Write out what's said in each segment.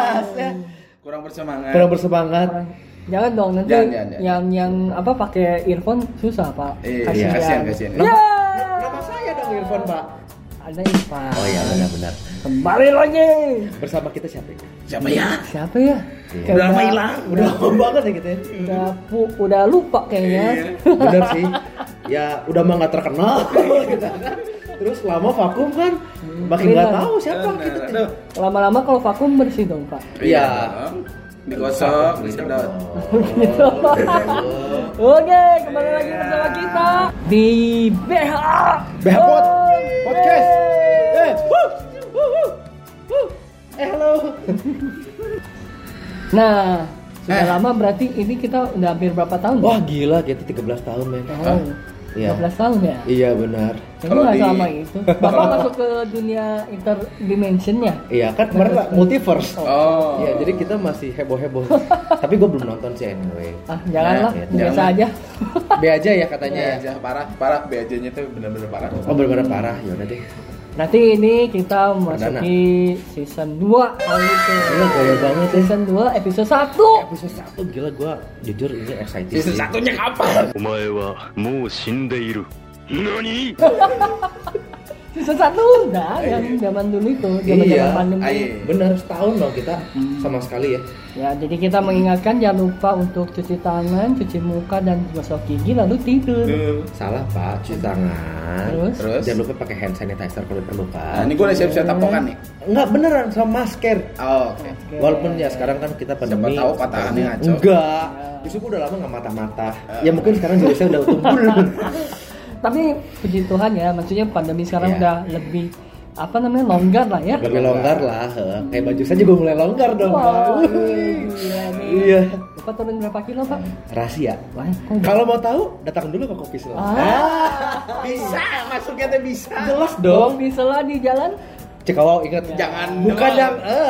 jelas ya. Kurang bersemangat. Jangan dong nanti Jangan. yang apa pakai earphone susah Pak. Kasihan. Nama saya dong Irfan, Pak. Ada Irfan. Oh iya, benar. Kembali lagi. Bersama kita siapa ya? Siapa ya? Udah lama hilang. Udah lama banget ya kita. Udah lupa kayaknya. Bener sih. Ya udah mah nggak terkenal kita kan. Terus lama vakum kan, makin nggak tahu siapa kita. Lama-lama kalau vakum bersih dong Pak. Iya. Digosok, disedot. Oke, kembali lagi bersama kita di BH Podcast. Halo. Nah, sudah lama berarti ini kita udah hampir berapa tahun? Wah gila, kita 13 tahun men. Iya. 13 tahun ya? Iya benar. Jadi nggak sama itu. Bapak masuk ke dunia interdimensionnya? Iya kan kemarin multiverse. Oh. Iya jadi kita masih heboh. Tapi gue belum nonton sih anyway. Janganlah, biasa aja. B aja ya katanya. B aja parah B aja-nya tuh benar-benar parah. Oh benar-benar parah. Ya udah deh. Nanti ini kita memasuki season 2 kali itu. Gila gaya banget ya. Season 2 episode 1. Episode 1 gila gue jujur ini excited. Season 1-nya kapan? Omae wa mou shindeiru. Nani? Season 1 udah yang zaman dulu itu, zaman pandemi. Bener setahun loh kita sama sekali ya. Ya, jadi kita mengingatkan jangan lupa untuk cuci tangan, cuci muka dan gosok gigi lalu tidur. Salah Pak, cuci tangan. Terus jangan lupa pakai hand sanitizer kalau diperlukan. Nah, ini gue udah siap-siap tapokan nih. Enggak beneran sama masker. Oh, oke. Walaupun ya sekarang kan kita pandemi. Siapa tahu patahannya ngaco. Enggak. Justru gue udah lama nggak mata-mata. Ya mungkin sekarang juga saya udah tumpul. Tapi puji Tuhan ya, maksudnya pandemi sekarang udah lebih longgar lah ya. Lebih longgar lah. Kayak baju saya juga mulai longgar dong. Wah, iya. Bapak turun berapa kilo Pak? Rahasia. Kalau mau tahu datang dulu ke Kopi Selat. Bisa, masuknya tuh bisa. Jelas dong. Di Sela di jalan. Cikawau ingat. Jangan. Bukan yang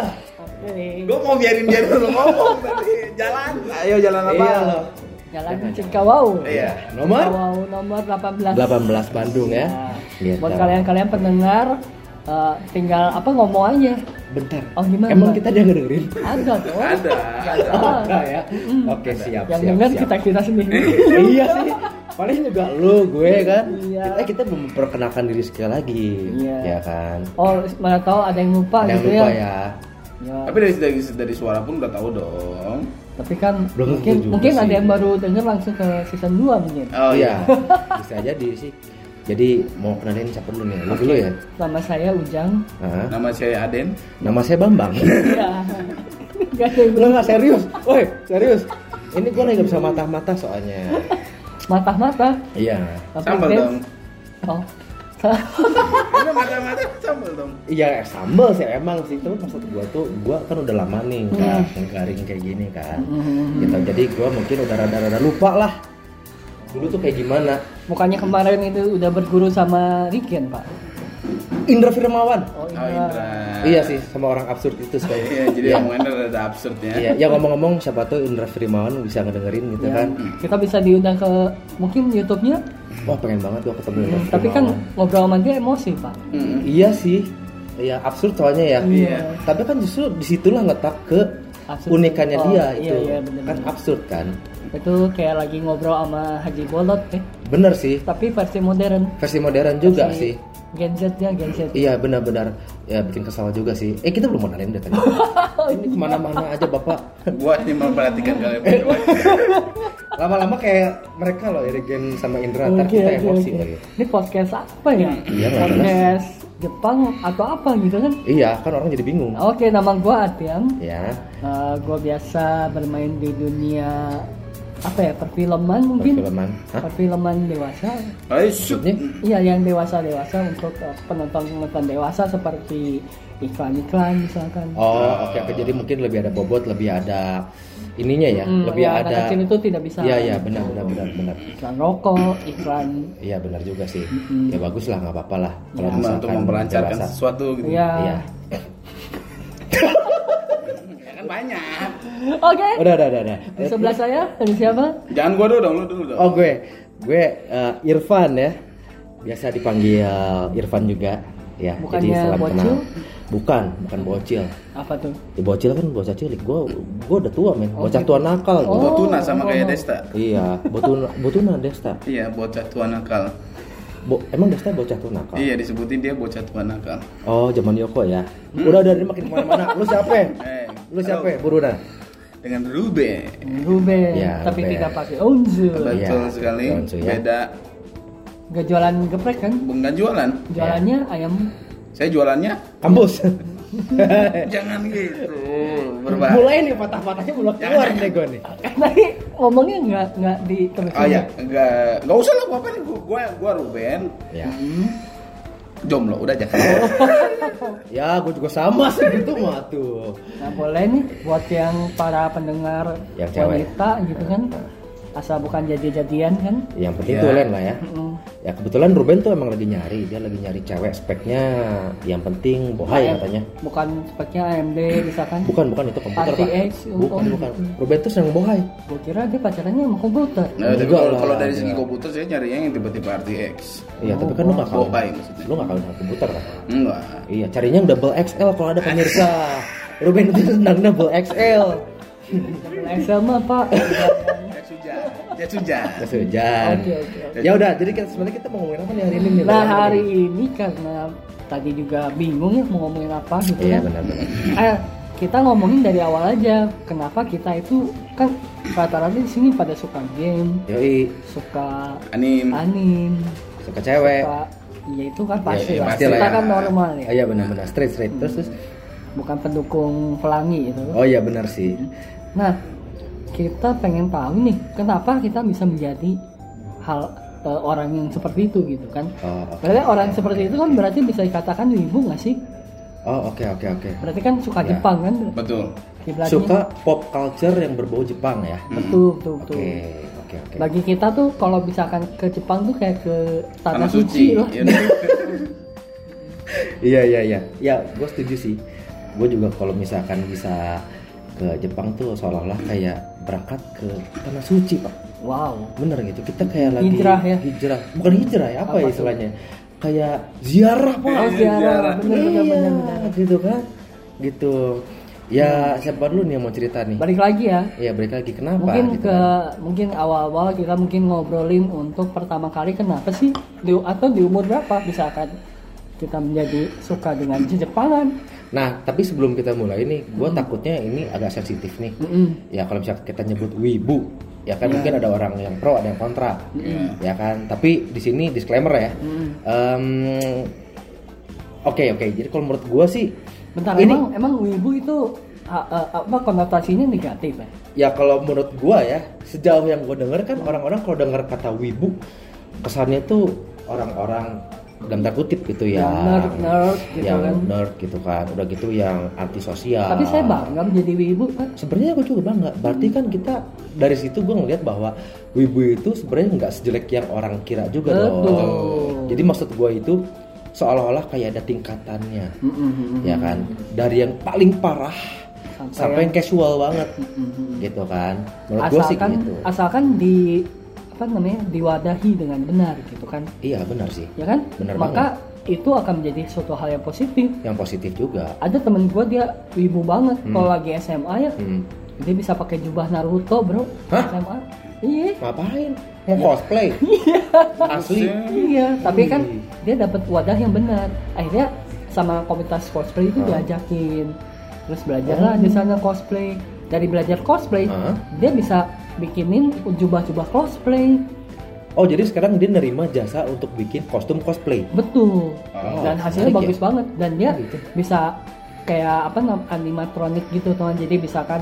Gue mau biarin dia dulu ngomong tadi. Jalan. Ayo jalan apa? Iya loh. Jalan Cikawau. Iya. Nomor 18 Bandung ya. Buat kalian pendengar tinggal ngomong aja. Bentar. Oh gimana? Emang kita jangan dengerin? Ada dong. Ada ya. Oke siap. Yang denger kita sendiri. Iya sih. Paling juga lu, gue kan. Iya. Kita belum memperkenalkan diri sekali lagi. Iya. Ya kan. Oh mana tahu ada yang lupa ada gitu yang lupa ya. Ya. Tapi dari suara pun udah tahu dong. Tapi kan Belum mungkin sih. ada yang baru denger langsung ke season 2 mungkin. Oh iya. Bisa jadi sih. Jadi mau kenalin siapa dulu nih? Lu dulu ya. Nama saya Ujang. Nama saya Aden. Nama saya Bambang. Iya. Gak ada yang Lu nggak serius? Woi serius. Ini gue lagi nggak bisa mata-mata soalnya. mata-mata. Iya. Sambal dong. Oh. Ini mata-mata sambal dong. Iya sambal sih emang sih. Tapi maksud gue kan udah lama nih nggak garing kayak gini kan. Gitu. Jadi gue mungkin udah rada-rada lupa lah. Dulu tuh kayak gimana? Mukanya kemarin itu udah berguru sama Riken Pak. Indra Firmawan. Oh Indra. Iya sih sama orang absurd itu sekali. Iya jadi omongannya ada absurdnya. Iya, ya ngomong-ngomong siapa tuh Indra Firmawan bisa ngedengerin gitu kan. Kita bisa diundang ke mungkin YouTube-nya. Wah pengen banget gua ketemu Indra Firmawan. Tapi kan ngobrol sama dia emosi Pak. Iya sih. Iya absurd soalnya ya. Iya. Tapi kan justru disitulah ngetak ke absurd. Unikannya dia itu. Iya, bener, kan absurd kan. Itu kayak lagi ngobrol sama Haji Bolot ya. Bener sih. Tapi versi modern. Versi modern juga sih. Gen Z. Iya benar-benar. Ya bikin kesal juga sih. Kita belum kenalin deh tadi. Ini kemana-mana aja bapak. Buat nih memperhatikan kalian. Lama-lama kayak mereka loh Irigen sama Indra. Ntar kita emosi lagi. Ini podcast apa ya? Iya podcast Jepang atau apa gitu kan? Iya kan orang jadi bingung. Oke, nama gue Atiam. Ya. Gue biasa bermain di dunia perfilman mungkin. Perfilman dewasa. Iya yang dewasa untuk penonton dewasa seperti iklan misalkan. Oh oke. Jadi mungkin lebih ada bobot, lebih ada ininya ya, lebih ada. Kecil itu tidak bisa. Iya benar. Iklan rokok, iklan. Iya benar juga sih. Ya bagus lah nggak apa-apa lah. Kalau misalkan untuk memperlancarkan sesuatu gitu. Iya. Kan banyak. Oke. Udah. Di sebelah saya dari siapa? Jangan gua dulu dong, lu dulu dong. Oh gue Irfan ya. Biasa dipanggil Irfan juga ya. Bukannya jadi salam Bocil? kenal. Bukan bocil. Apa tuh? Ya, bocil kan bocah cilik. Gua udah tua, men. Bocah tua nakal. Oh. Botuna sama kayak Desta. Iya, botuna Desta. Iya, bocah tua nakal. Emang Desta bocah tua nakal? Iya, disebutin dia bocah tua nakal. Oh, zaman Yoko ya. Udah ini makin kemana-mana. Lu siapa? Lu siapa? Buruna. Dengan Ruben. Ya, tapi Ruben. tidak pakai onzu. Betul Iya, sekali. Onzu ya. Beda. Gak jualan geprek kan? Bukan jualan. Jualannya ayam. Saya jualannya Kampus. jangan gitu. Berbahaya. Mulai nih patah-patahnya mulai keluar nih gue nih. Tadi ngomongnya nggak di terus. Oh ya, enggak usah lah gua apa nih. Gua Ruben. Ya. Jomblo udah aja. Ya, gue juga sama sih gitu mah tuh. Nah boleh nih buat yang para pendengar Yang cewek. wanita gitu kan, asal bukan jadi-jadian kan. Yang penting Ya. tuh Len lah ya. Mm. Ya kebetulan Ruben tuh emang lagi nyari, dia lagi nyari cewek speknya yang penting bohai katanya. Bukan speknya AMD misalkan. Bukan itu komputer Pak. RTX, Bukan. Ruben tuh seneng bohai. Gue kira dia pacarannya sama komputer. Nah, tapi Enggak kalau lah, dari segi enggak. komputer saya nyarinya yang tipe-tipe RTX. Iya, tapi kan lu gak kawin. Bohai maksudnya. Lu gak kawin sama komputer kan? Enggak. Iya, carinya yang double XL kalau ada pemirsa. Ruben itu senang double XL. Excel mah pak. Jas hujan. Jas hujan. Oke. Ya udah, jadi sebenarnya kita mau ngomongin apa nih hari ini nih? Nah hari ini karena tadi juga bingung ya mau ngomongin apa gitu Iya, kan. benar. Kita ngomongin dari awal aja. Kenapa kita itu kan rata-rata di sini pada suka game, Yoi, suka Anim. suka cewek. suka ya itu kan pasti Iya, lah. pasti Kita lah ya. kan normal ya. Iya benar-benar straight. Terus. Bukan pendukung pelangi itu. Oh iya benar sih. Nah, kita pengen tahu nih, kenapa kita bisa menjadi orang yang seperti itu gitu kan? Oh, oke. Berarti orang seperti itu kan berarti bisa dikatakan wibu nggak sih? Oh, oke. Berarti kan suka Ya. Jepang kan? Betul. Kiblatnya. Suka pop culture yang berbau Jepang ya. Betul. Oke. Bagi kita tuh kalau misalkan ke Jepang tuh kayak ke tanah suci lah. Iya. Iya. Ya, gue setuju sih. Gue juga kalau misalkan bisa ke Jepang tuh seolah-olah kayak berangkat ke tanah suci, Pak. Wow. Bener gitu. Kita kayak lagi Hijrah ya? Hijrah. Bukan hijrah ya, apa Apa ya tuh? istilahnya? Kayak ziarah, Pak. Oh, ziarah. Bener. Iya, gitu kan? Gitu. Ya, siapa dulu nih yang mau cerita nih? Balik lagi ya. Iya, balik lagi. Kenapa? Mungkin gitu kan? mungkin awal-awal kita mungkin ngobrolin untuk pertama kali kenapa sih atau di umur berapa misalkan kita menjadi suka dengan Jepangan. Nah, tapi sebelum kita mulai nih, gue takutnya ini agak sensitif nih. Ya kalau misalnya kita nyebut wibu, ya kan mungkin ada orang yang pro, ada yang kontra, ya kan. Tapi di sini disclaimer ya. Oke. Jadi kalau menurut gue sih, Bentar, ini emang wibu itu apa konotasinya negatif ya? ya kalau menurut gue ya, sejauh yang gue denger kan orang-orang kalau denger kata wibu, kesannya tuh orang-orang dalam tanda kutip gitu ya, nerd gitu yang kan. nerd gitu kan, udah gitu yang antisosial. Tapi saya bangga menjadi wibu kan. Sebenarnya gue juga bangga. Berarti kan kita dari situ gue ngeliat bahwa wibu itu sebenarnya nggak sejelek yang orang kira juga dong. Jadi maksud gue itu seolah-olah kayak ada tingkatannya, ya kan. Dari yang paling parah sampai yang casual banget, gitu kan. Menurut gue sih gitu. Asalkan diwadahi dengan benar gitu kan. Iya benar sih. Ya kan? Benar Maka itu akan menjadi suatu hal yang positif. Yang positif juga. Ada temen gue dia wibu banget kalau lagi SMA ya. Dia bisa pakai jubah Naruto, bro. Hah? SMA. Iya. Ngapain? Mau cosplay? Asli. Iya, tapi kan dia dapat wadah yang benar. Akhirnya sama komunitas cosplay itu diajakin. Terus belajarlah di sana cosplay. Dari belajar cosplay, dia bisa bikinin jubah-jubah cosplay. Oh, jadi sekarang dia nerima jasa untuk bikin kostum cosplay. Betul. Dan hasilnya menarik bagus ya? banget. Dan dia gitu. bisa kayak animatronik gitu teman. Jadi misalkan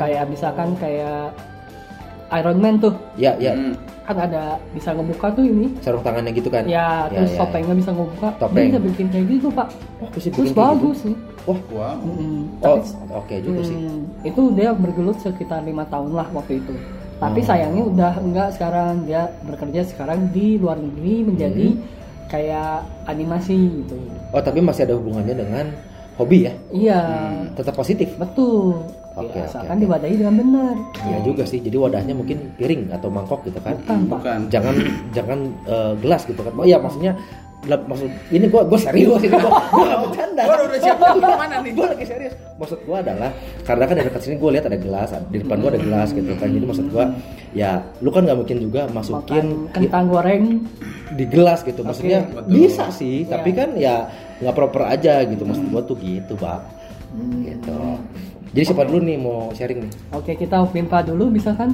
kayak Iron Man tuh. Ya. Kan ada bisa ngebuka tuh ini. Sarung tangannya gitu kan? Ya, terus topengnya bisa ngebuka. Topeng. Dia bisa bikin kayak gitu, Pak. Wah, bisa Terus bikin kayak bagus gitu. sih. Wah, Wow. oh, oke juga sih. Itu dia bergelut sekitar 5 tahun lah waktu itu. Tapi sayangnya udah enggak sekarang. Dia bekerja sekarang di luar negeri menjadi kayak animasi gitu. Oh, tapi masih ada hubungannya dengan hobi ya? Iya. Tetap positif. Betul. Oke, Ya, asalkan oke. diwadahi dengan benar. Iya juga sih. Jadi wadahnya mungkin piring atau mangkok gitu kan? Bukan, Pak. Bukan. Jangan gelas gitu kan? Oh iya, maksudnya maksud ini gue serius ini gue nggak bercanda. Gue udah siap mana nih? Gue lagi serius. Maksud gue adalah karena kan dari dekat sini gue lihat ada gelas, di depan gue ada gelas gitu kan. Jadi maksud gue ya lu kan nggak mungkin juga masukin kentang goreng di gelas gitu. Maksudnya betul. bisa sih, tapi kan ya nggak proper aja gitu. Maksud gue tuh gitu, Pak. Gitu. Jadi siapa dulu nih mau sharing nih? Oke, kita Vinpa dulu bisa kan?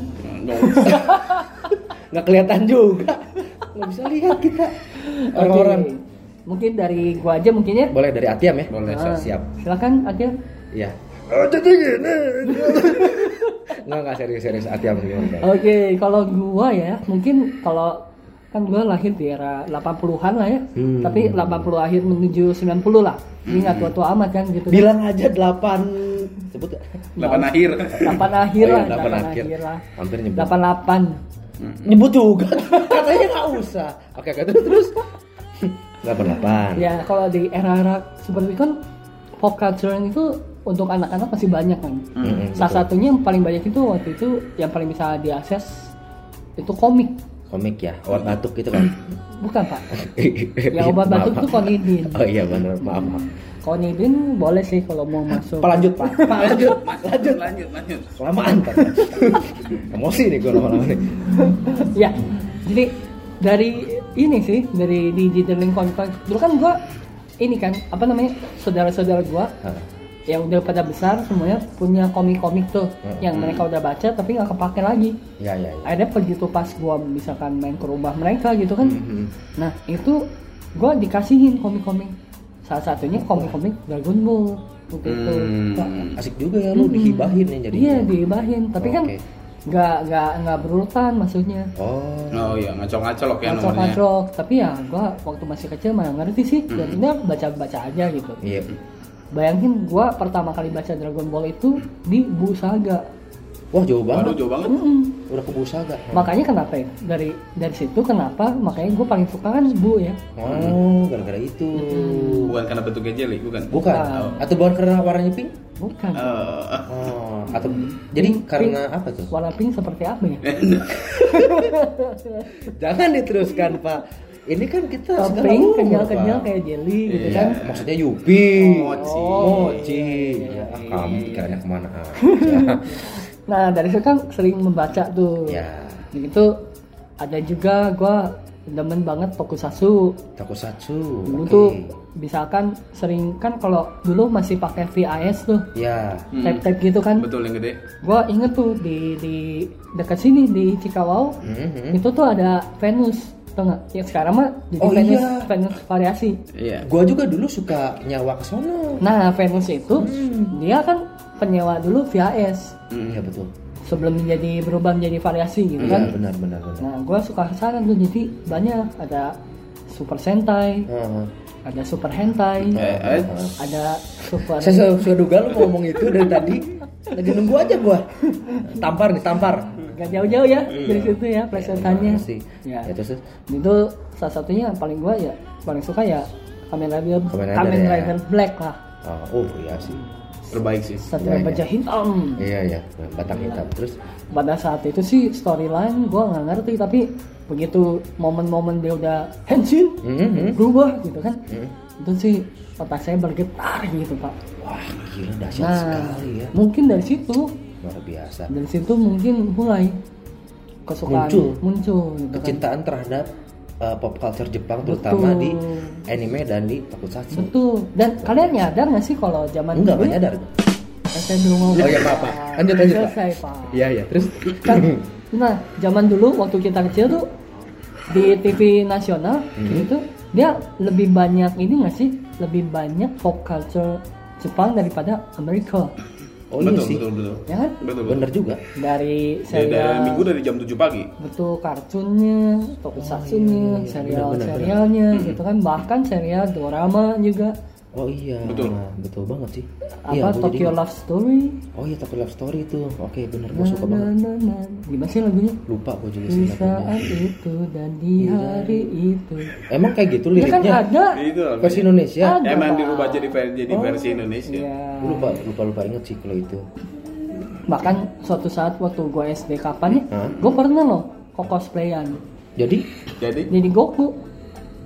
Nggak kelihatan juga, nggak bisa lihat kita orang-orang. Oke. Mungkin dari gua aja mungkin ya. Boleh dari Atiam ya? Boleh. Siap. Silakan Atiam. Iya. Jadi gini. Nggak serius Atiam gimana? Oke, kalau gua ya, mungkin kalau kan gua lahir di era 80-an lah ya. Tapi 80 akhir menuju 90 lah. Ini nggak tua-tua amat kan gitu. Bilang aja 8 sebut gak? 8 akhir. 8 akhir lah, 8 akhir lah. Hampir nyebut. 88. Nyebut juga. Katanya nggak usah. Oke, terus. 88. Ya, kalau di era-era seperti itu kan pop culture itu untuk anak-anak masih banyak kan. Salah satunya yang paling banyak itu waktu itu yang paling bisa diakses itu komik. Komik ya, obat batuk gitu kan? Bukan Pak. Yang obat batuk itu Konidin. Oh iya benar, maaf. Konidin boleh sih kalau mau masuk. Pak lanjut. Lanjut. Kelamaan Pak. Emosi nih gue lama-lama nih. Ya, jadi dari ini sih, dari di Digital Komik. Dulu kan gue ini kan, apa namanya, saudara-saudara gue yang udah pada besar semuanya punya komik-komik tuh yang mereka udah baca tapi nggak kepake lagi. Ya. Ada begitu pas gue misalkan main ke rumah mereka gitu kan. Nah itu gue dikasihin komik-komik. Salah satunya komik-komik Dragon Ball gitu. Asik juga ya lu dihibahin ya jadi. Iya dihibahin, tapi kan nggak berurutan maksudnya. Oh iya, ngacok-ngacok ya nomornya. Ngacok-ngacok, tapi ya gue waktu masih kecil mana ngerti sih. Jadinya baca-baca aja gitu. Iya. Bayangin gue pertama kali baca Dragon Ball itu di Bu Saga. Wah jauh banget. Waduh, jauh banget. Udah ke Bu Saga. Makanya kenapa ya? Dari situ kenapa? Makanya gue paling suka kan Bu ya. Oh, gara-gara itu. Bukan karena bentuknya jelly, bukan. Bukan. Atau bukan karena warnanya pink? Bukan. Atau jadi karena apa tuh? Warna pink seperti apa ya? Jangan diteruskan Pak. Ini kan kita pink kenyal-kenyal kayak jelly gitu kan. Maksudnya Yupi. Mochi. Ya, kamu pikirannya kemana aja. Nah dari situ kan sering membaca tuh. Ya. Itu ada juga gue demen banget Tokusatsu. Dulu tuh misalkan sering kan kalau dulu masih pakai VHS tuh. Ya. Tape-tape gitu kan. Betul yang gede. Gue inget tuh di dekat sini di Cikawau. Itu tuh ada Venus. Tau gak? Yang sekarang mah jadi Venus variasi. Iya. Gua juga dulu suka nyawa ke sono. Nah Venus itu dia kan penyewa dulu VHS. Iya betul. Sebelum berubah menjadi variasi gitu kan. Iya benar. Nah gue suka kesana tuh, jadi banyak ada Super Sentai, ada Super Hentai, ada Super. Saya sudah duga lu ngomong itu dari tadi. Lagi nunggu aja gua. Tampar. Gak jauh-jauh ya dari situ ya plesetannya. Ya terus itu salah satunya yang paling gue ya paling suka ya Kamen Rider Black lah. Oh iya sih. Terbaik sih. Satria Baja Hitam. Iya batang hitam. Terus pada saat itu sih storyline gue nggak ngerti, tapi begitu momen-momen dia udah henshin berubah gitu kan, itu sih otak saya bergetar gitu Pak. Wah gila dahsyat sekali ya. Mungkin dari situ luar biasa. Dari situ mungkin mulai kesukaan muncul gitu kecintaan kan. Terhadap pop culture Jepang terutama di anime dan di tokusatsu. Betul. Dan kalian nyadar nggak sih kalau zaman enggak nyadar. Saya belum ngomong. Oh ya Pak. Lanjut selesai, Pak. Iya terus kan, nah zaman dulu waktu kita kecil tuh di TV nasional gitu dia lebih banyak ini nggak sih, lebih banyak pop culture Jepang daripada Amerika. Oh betul, iya sih. Betul. Ya kan? Betul. Bener juga. Dari serial dari minggu dari jam 7 pagi. Betul, kartunnya, tokusatsunya, serial-serialnya gitu kan, bahkan serial dorama juga. Oh iya. Betul banget sih. Apa Tokyo Love Story? Oh iya Tokyo Love Story itu. Oke, bener gue suka banget. Gimana sih lagunya? Lupa gue juga di sih saat itu dan di hari itu. Emang kayak gitu liriknya? Ya kan ada. Itu versi Indonesia. Ada, emang Pak. dirubah jadi versi Indonesia. Iya. Lupa inget sih kalau itu. Bahkan suatu saat waktu gue SD kapan ya, gue pernah loh cosplayan. Jadi Goku.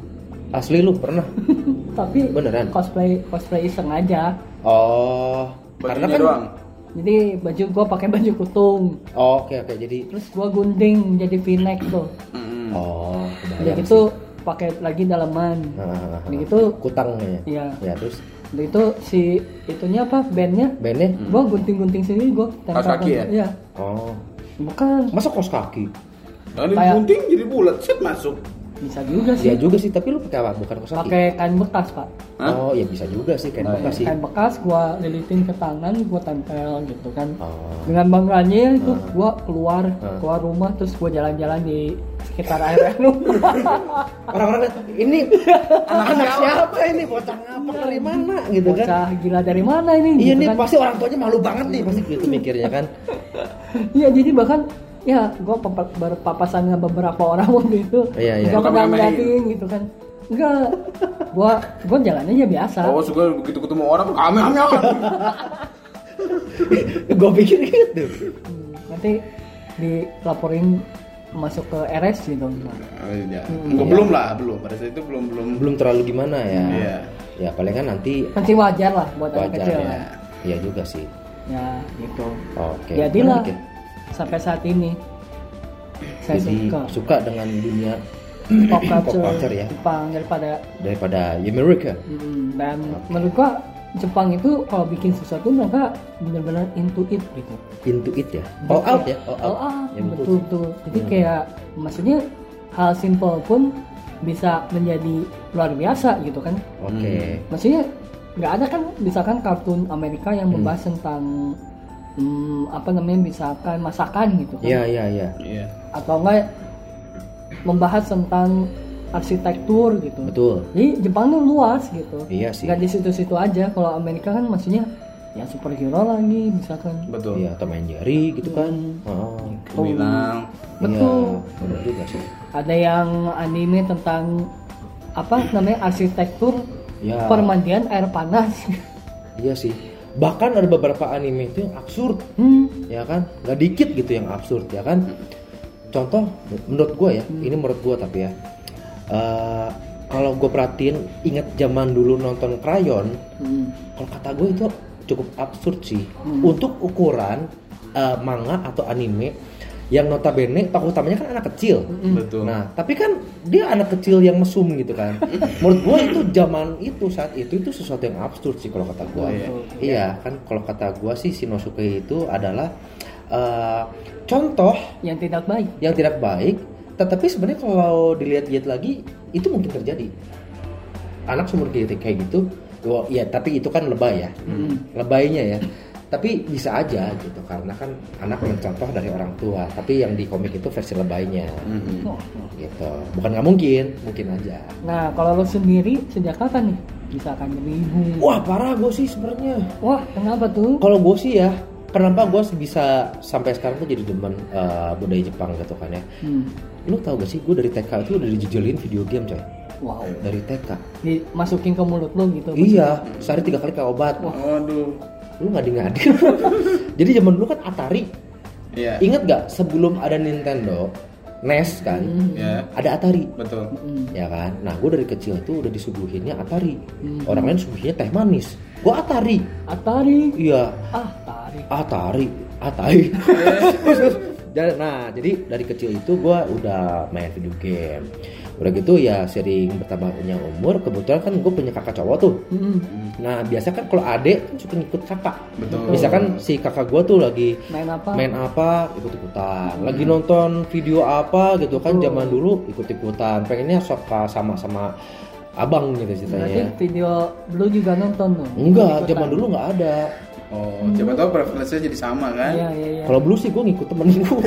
Asli lu pernah? Tapi Beneran? cosplay iseng aja. Oh, karena Bajunya kan doang. Jadi baju gua pakai baju kutung. Oke, jadi Terus gua gunting jadi V-neck tuh. oh, Udah kebayang gitu sih. pakai lagi daleman. Nah, Udah gitu kutangnya. Iya. Ya, terus udah itu si itunya apa bandnya? bandnya Gua gunting-gunting sendiri gua. Kaos kaki ya? Iya. oh, Bukan. masa kaos kaki? Nah, Kayak- digunting jadi bulat, set masuk. Bisa juga sih. Ya juga sih, tapi lu pakai apa? Bukan kaos kaki. Pakai kain bekas, Pak. Hah? Oh, ya bisa juga sih kain Oh, bekas sih. Kain bekas gua lilitin ke tangan, gua tempel gitu kan. Oh. Dengan bangganya itu gua keluar rumah terus gua jalan-jalan di sekitar area rumah. Orang-orang lihat, ini anak siapa ini, bocah ngapa dari mana gitu kan? Bocah gila dari mana ini? Iya gitu nih kan. pasti orang tuanya malu banget nih pasti gitu mikirnya kan. Iya, jadi bahkan ya gua berpapasan dengan beberapa orang waktu itu. Iya, iya. Gak pernah Kamu ngeliatin gitu kan. Enggak. Gua jalannya aja biasa. Oh, suka begitu ketemu orang kame. Gue pikir gitu. Nanti dilaporin masuk ke RS gitu. Iya. Belum lah, belum. Pada saat itu belum. Belum terlalu gimana ya. Iya. Ya paling kan nanti Masih wajar lah buat anak wajar kecil ya. kan. Iya juga sih. Ya gitu. Oke. Jadilah menarik ya. sampai saat ini saya Jadi suka suka dengan dunia pop culture, pop culture ya. Jepang daripada Amerika. dan menurut gua Jepang itu kalau bikin sesuatu mereka benar-benar into it gitu. Into it ya. All out ya. All out. Ya, Betul. Jadi kayak maksudnya hal simple pun bisa menjadi luar biasa gitu kan. Oke. Maksudnya nggak ada kan misalkan kartun Amerika yang membahas tentang apa namanya misalkan masakan gitu kan. Iya. Iya. Atau enggak membahas tentang arsitektur gitu. Betul. Jadi Jepang tuh luas gitu. Iya sih. Nggak di situ-situ aja. Kalau Amerika kan maksudnya ya superhero lagi misalkan. Betul. Iya, Tom and Jerry gitu kan. Oh. Bilang Betul. Iya, benar juga sih. Ada yang anime tentang apa namanya arsitektur Ya. pemandian air panas. Iya sih. Bahkan ada beberapa anime itu yang absurd, ya kan? Gak dikit gitu yang absurd, ya kan? Contoh, menurut gue ya, ini menurut gue tapi ya, kalau gue perhatiin, ingat zaman dulu nonton Krayon, kalau kata gue itu cukup absurd sih. Untuk ukuran manga atau anime, yang notabene tokoh utamanya kan anak kecil. betul. Nah, tapi kan dia anak kecil yang mesum gitu kan. Menurut gue itu zaman itu saat itu sesuatu yang absurd sih kalau kata gue. Iya kan kalau kata gue sih Shinosuke itu adalah contoh yang tidak baik. yang tidak baik. Tetapi sebenarnya kalau dilihat-lihat lagi itu mungkin terjadi. Anak seumur kayak gitu, ya tapi itu kan lebay ya, lebaynya ya. Tapi bisa aja gitu karena kan anak mencontoh dari orang tua. Tapi yang di komik itu versi lebaynya, gitu. Bukan nggak mungkin aja. Nah, kalau lo sendiri sejak kapan nih misalkan jadi ibu? Wah parah gue sih sebenarnya. Wah, kenapa tuh? Kalau gue sih ya, kenapa gue bisa sampai sekarang tuh jadi demen budaya Jepang gitu kan ya. Lu tau gak sih gue dari TK itu udah dijejelin video game coy. Wow. Dari TK. Dimasukin ke mulut lo gitu. Iya, sehari 3 kali kayak obat. Waduh. Lu ngadi-ngadi. Jadi zaman dulu kan Atari. Iya. Ingat gak sebelum ada Nintendo, NES kan, Ya. ada Atari. Betul. Ya kan. Nah gue dari kecil tuh udah disuguhinnya Atari. Orang lain suguhinnya teh manis. Gue Atari. Atari. Iya. Atari. Atari. Nah jadi dari kecil itu gue udah main video game. Udah gitu ya sering bertambahnya umur. Kebetulan kan gue punya kakak cowok tuh. Nah biasa kan kalau adek kan suka ngikut kakak. Betul. Misalkan si kakak gue tuh lagi Main apa? ikut-ikutan. Lagi nonton video apa gitu kan zaman dulu ikut-ikutan. Pengennya suka sama abang gitu Berarti ceritanya. video lu juga nonton tuh? Enggak, Ikutan. zaman dulu nggak ada. Oh, siapa tahu preferensinya jadi sama kan? Iya. Kalau dulu sih gue ngikut temen gue.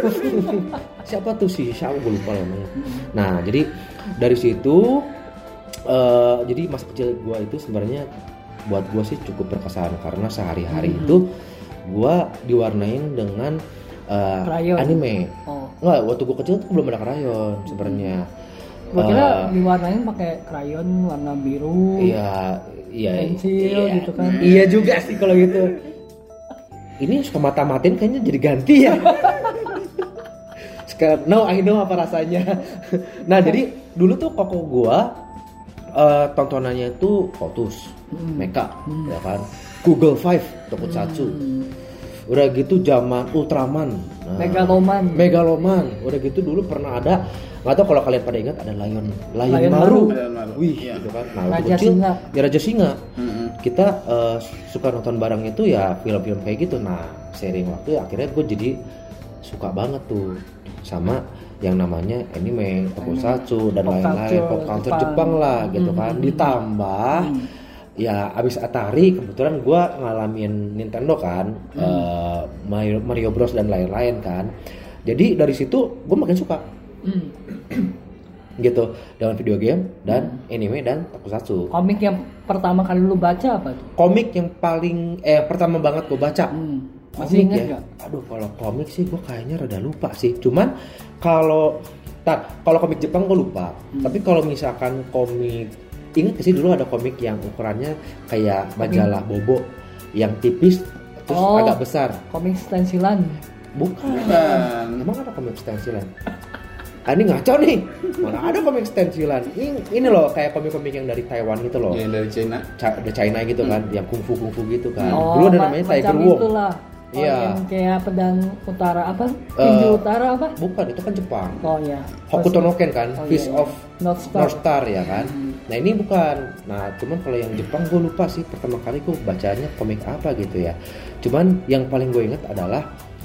Siapa tuh sih? Siapa gue lupa namanya. Nah jadi dari situ jadi masa kecil gue itu sebenarnya buat gue sih cukup berkesan karena sehari-hari itu gue diwarnain dengan Krayon. anime. Oh. Nggak, waktu gue kecil tuh belum ada krayon sebenarnya. Gua kira diwarnain pakai krayon warna biru. Iya, pensil gitu kan. Iya juga sih kalau gitu. Ini suka mata-matiin kayaknya jadi ganti ya. Sekarang now I know apa rasanya. Nah, jadi dulu tuh koko gua tontonannya itu Lotus, Mecha, ya kan, Google Five, Tokusatsu. Udah gitu zaman Ultraman, Megaloman. Udah gitu dulu pernah ada, nggak tahu kalau kalian pada ingat ada Lion Maru. Wih, gitu kan. Nah, Raja Singa. Ya Raja Singa. Kita suka nonton bareng itu ya film-film kayak gitu. Nah, sering waktu akhirnya gue jadi suka banget tuh sama yang namanya anime, tokusatsu dan lain-lain, pop culture Jepang lah gitu kan. Ditambah ya abis Atari kebetulan gue ngalamin Nintendo kan, Mario Bros dan lain-lain kan. Jadi dari situ gue makin suka gitu dengan video game dan anime dan tokusatsu. Komik yang pertama kali lu baca apa tuh? Komik yang paling pertama banget gue baca. Masih ingat ya? nggak? Aduh, kalau komik sih gue kayaknya rada lupa sih. Cuman kalau komik Jepang gue lupa. Tapi kalau misalkan komik, ingat sih dulu ada komik yang ukurannya kayak majalah Bobo yang tipis terus agak besar. Komik stensilan. Bukan. Emang ada komik stensilan? Ini ngaco nih. Mana ada komik stensilan? Ini loh kayak komik-komik yang dari Taiwan gitu loh. Yang dari China. Dari China gitu kan, yang kungfu gitu kan. Oh, dulu ada namanya Tiger Wong. Itulah. Iya. Yang kayak pedang utara apa? Tinju utara apa? Bukan, itu kan Jepang. Oh iya. Hokuto no Ken kan, Fist of North North Star ya kan. Nah ini bukan. Nah cuman kalau yang Jepang gue lupa sih pertama kali gue bacanya komik apa gitu ya. Cuman yang paling gue ingat adalah